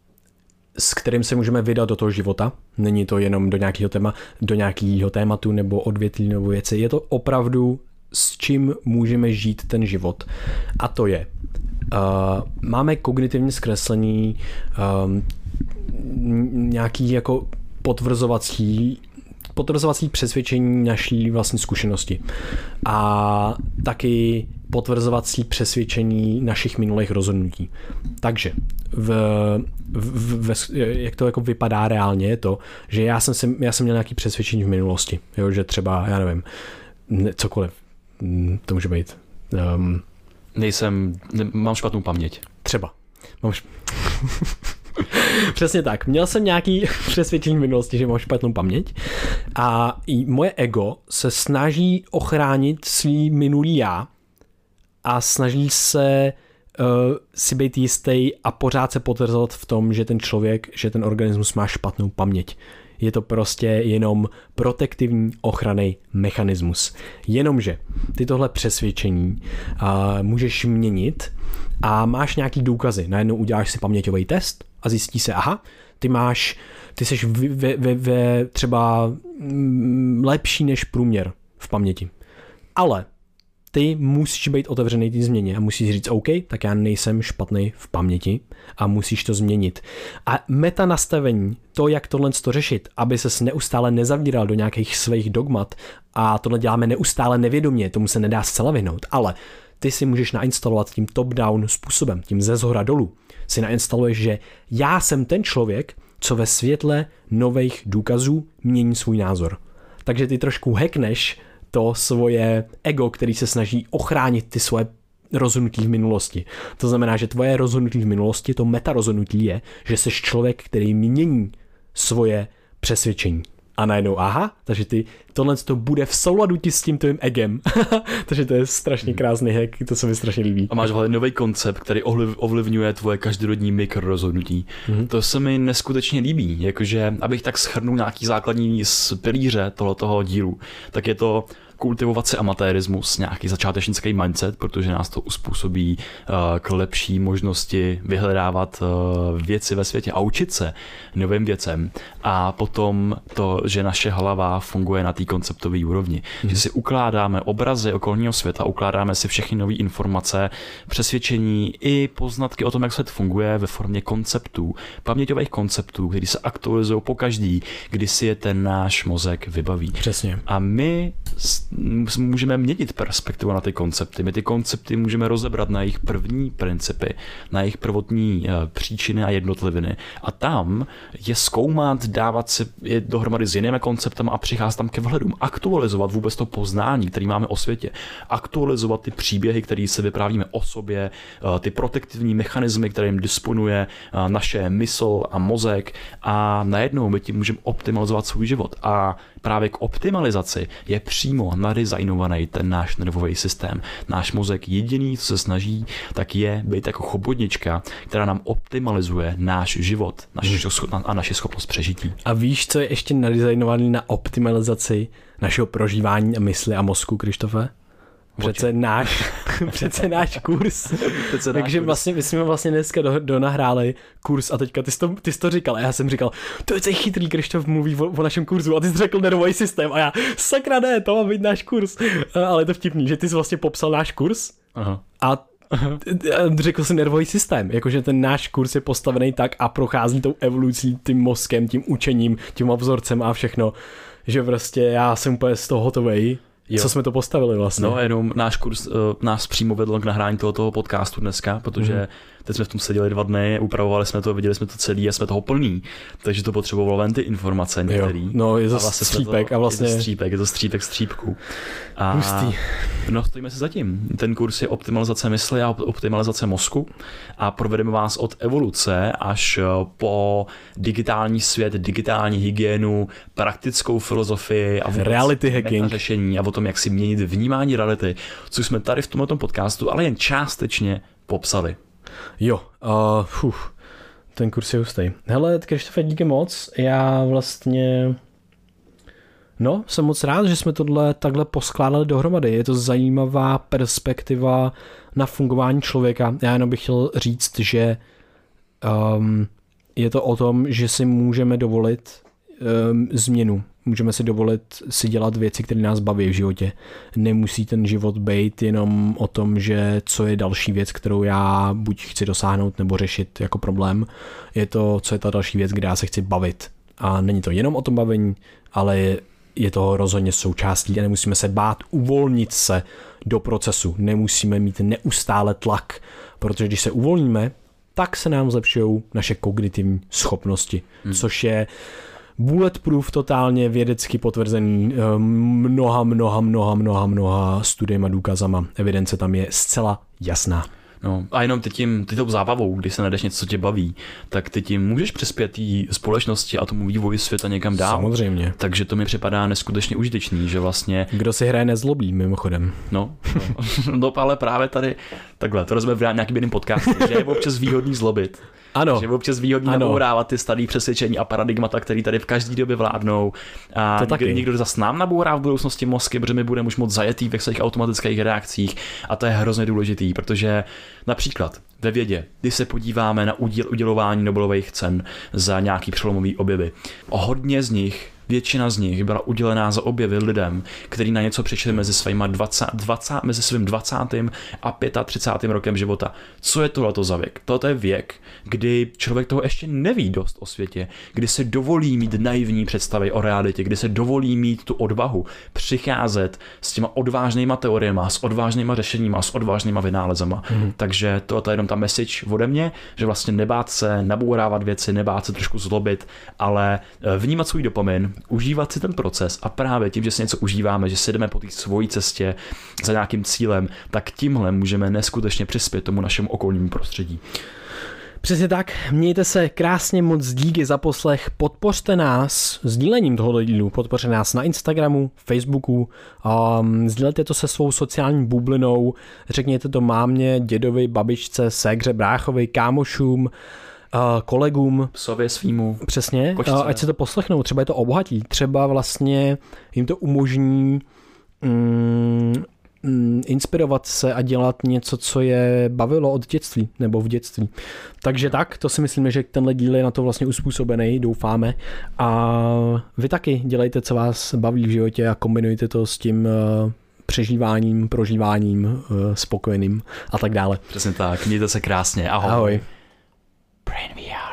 s kterým se můžeme vydat do toho života, není to jenom do nějakého téma, do nějakého tématu nebo odvětví nebo věci, je to opravdu s čím můžeme žít ten život. A to je, uh, máme kognitivní zkreslení, um, nějaký jako potvrzovací potvrzovací přesvědčení naší vlastní zkušenosti a taky potvrzovací přesvědčení našich minulých rozhodnutí. Takže v, v, v, jak to jako vypadá reálně je to, že já jsem, si, já jsem měl nějaký přesvědčení v minulosti, jo, že třeba, já nevím, ne, cokoliv, to může být. Um, Nejsem, ne, mám špatnou paměť. Třeba. Mám šp... Přesně tak. Měl jsem nějaký přesvědčení v minulosti, že mám špatnou paměť a i moje ego se snaží ochránit svý minulý já a snaží se uh, si být jistý a pořád se potvrzovat v tom, že ten člověk, že ten organismus má špatnou paměť. Je to prostě jenom protektivní ochranný mechanismus. Jenomže ty tohle přesvědčení uh, můžeš měnit a máš nějaký důkazy. Najednou uděláš si paměťový test a zjistí se, aha, ty máš, ty jsi ve, ve, ve třeba lepší než průměr v paměti. Ale ty musíš být otevřený té změně a musíš říct, OK, tak já nejsem špatný v paměti a musíš to změnit. A meta nastavení, to, jak tohle to řešit, aby ses neustále nezavíral do nějakých svých dogmat a tohle děláme neustále nevědomě, tomu se nedá zcela vyhnout, ale ty si můžeš nainstalovat tím top-down způsobem, tím ze zhora dolů. Si nainstaluješ, že já jsem ten člověk, co ve světle nových důkazů mění svůj názor. Takže ty trošku hackneš to svoje ego, který se snaží ochránit ty svoje rozhodnutí v minulosti. To znamená, že tvoje rozhodnutí v minulosti, to meta rozhodnutí je, že jsi člověk, který mění svoje přesvědčení. a najednou aha, takže ty, tohle to bude v souladu ti s tím tvým egem. Takže to je strašně krásný hack, to se mi strašně líbí. A máš vlastně nový koncept, který ovlivňuje tvoje každodenní mikrorozhodnutí. Mm-hmm. To se mi neskutečně líbí, jakože abych tak shrnul nějaký základní z pilíře tohoto dílu, tak je to kultivovat si amatérismus, nějaký začátečnický mindset, protože nás to uspůsobí uh, k lepší možnosti vyhledávat uh, věci ve světě a učit se novým věcem. A potom to, že naše hlava funguje na té konceptové úrovni. Hmm. Že si ukládáme obrazy okolního světa, ukládáme si všechny nové informace, přesvědčení i poznatky o tom, jak svět funguje ve formě konceptů, paměťových konceptů, které se aktualizují po každý, kdy si je ten náš mozek vybaví. Přesně. A my můžeme měnit perspektivu na ty koncepty. My ty koncepty můžeme rozebrat na jejich první principy, na jejich prvotní příčiny a jednotliviny. A tam je zkoumat, dávat si je dohromady s jinými konceptami a přicházet tam ke vhledům. Aktualizovat vůbec to poznání, které máme o světě. Aktualizovat ty příběhy, které se vyprávíme o sobě, ty protektivní mechanismy, kterým disponuje naše mysl a mozek. A najednou my tím můžeme optimalizovat svůj život. A právě k optimalizaci je přímo nadizajnovaný ten náš nervový systém. Náš mozek jediný, co se snaží, tak je být jako chobotnička, která nám optimalizuje náš život naši a naši schopnost přežití. A víš, co je ještě nadizajnovaný na optimalizaci našeho prožívání a mysli a mozku, Krištofe? Přece náš, přece náš kurz. Přece náš Takže kurz. Vlastně, my jsme vlastně dneska do, donahráli kurz a teďka ty jsi, to, ty jsi to říkal a já jsem říkal, to je co chytrý, Krištof mluví o, o našem kurzu a ty jsi řekl nervový systém a já, sakra ne, to má být náš kurz. Ale je to vtipný, že ty jsi vlastně popsal náš kurz. Aha. a řekl jsi nervový systém, jakože ten náš kurz je postavený tak a prochází tou evolucí, tím mozkem, tím učením, tím vzorcem a všechno, že prostě já jsem úplně z toho hotovej. Jo. Co jsme to postavili vlastně? No jenom náš kurz uh, nás přímo vedl k nahrání tohoto podcastu dneska, protože mm. teď jsme v tom seděli dva dny, upravovali jsme to, viděli jsme to celý a jsme toho plný, takže to potřebovalo ven ty informace některý. No je to vlastně střípek to, a vlastně... Je to střípek, je to střípek střípku. A Hustý. No stojíme si zatím. Ten kurz je optimalizace mysli a optimalizace mozku a provedeme vás od evoluce až po digitální svět, digitální hygienu, praktickou filozofii a reality hacking řešení a o tom, jak si měnit vnímání reality, což jsme tady v tomto podcastu, ale jen částečně popsali. Jo, uh, fuh, ten kurz je hustý. Hele, Krištofe, díky moc. Já vlastně, no, jsem moc rád, že jsme tohle takhle poskládali dohromady. Je to zajímavá perspektiva na fungování člověka. Já jenom bych chtěl říct, že um, je to o tom, že si můžeme dovolit um, změnu. Můžeme si dovolit si dělat věci, které nás baví v životě. Nemusí ten život být jenom o tom, že co je další věc, kterou já buď chci dosáhnout nebo řešit jako problém. Je to, co je ta další věc, kde já se chci bavit. A není to jenom o tom bavení, ale je, je to rozhodně součástí a nemusíme se bát uvolnit se do procesu. Nemusíme mít neustále tlak, protože když se uvolníme, tak se nám zlepšují naše kognitivní schopnosti, hmm. což je bulletproof, totálně vědecky potvrzený mnoha, mnoha, mnoha, mnoha, mnoha studiemi a důkazama. Evidence tam je zcela jasná. No a jenom ty tím, ty tou zábavou, když se najdeš něco, co tě baví, tak ty tím můžeš přispět té společnosti a tomu vývoji světa někam dál. Samozřejmě. Takže to mi připadá neskutečně užitečný, že vlastně... Kdo si hraje nezlobí, mimochodem. No, no, no ale právě tady, takhle, to rozumíme v nějakým jiným podcastu, že je občas výhodný zlobit. Ano. Že je občas výhodný nabourávat ty starý přesvědčení a paradigmata, které tady v každé době vládnou. A to někdo, někdo zase nám nabourá v budoucnosti mozky, protože my budeme už moc zajetý ve svých automatických reakcích a to je hrozně důležitý, protože například ve vědě, když se podíváme na uděl, udělování Nobelových cen za nějaký přelomový objevy, hodně z nich Většina z nich byla udělená za objevy lidem, kteří na něco přišli mezi, svýma dvacet, dvacet, mezi svým dvacátým a třicátým pátým rokem života. Co je tohleto za věk? Tohle je věk, kdy člověk toho ještě neví dost o světě, kdy se dovolí mít naivní představy o realitě, kdy se dovolí mít tu odvahu přicházet s těma odvážnýma teoriemi, s odvážnýma řešeníma, s odvážnýma vynálezama. Mm-hmm. Takže tohle je jenom ta message ode mě, že vlastně nebát se nabourávat věci, nebát se trošku zlobit, ale vnímat svůj dopamin, užívat si ten proces a právě tím, že si něco užíváme, že si jdeme po té svojí cestě za nějakým cílem, tak tímhle můžeme neskutečně přispět tomu našemu okolnímu prostředí. Přesně tak, mějte se krásně, moc díky za poslech, podpořte nás sdílením tohoto dílu, podpořte nás na Instagramu, Facebooku, um, sdílejte to se svou sociální bublinou, řekněte to mámě, dědovi, babičce, ségře, bráchovi, kámošům, uh, kolegům. Psovi svýmu. Přesně, uh, ať se to poslechnou, třeba je to obohatí, třeba vlastně jim to umožní um, inspirovat se a dělat něco, co je bavilo od dětství nebo v dětství. Takže tak, to si myslíme, že tenhle díl je na to vlastně uspůsobený, doufáme. A vy taky dělejte, co vás baví v životě a kombinujte to s tím uh, přežíváním, prožíváním, uh, spokojeným a tak dále. Přesně tak, mějte se krásně, ahoj. Ahoj. Brain V R.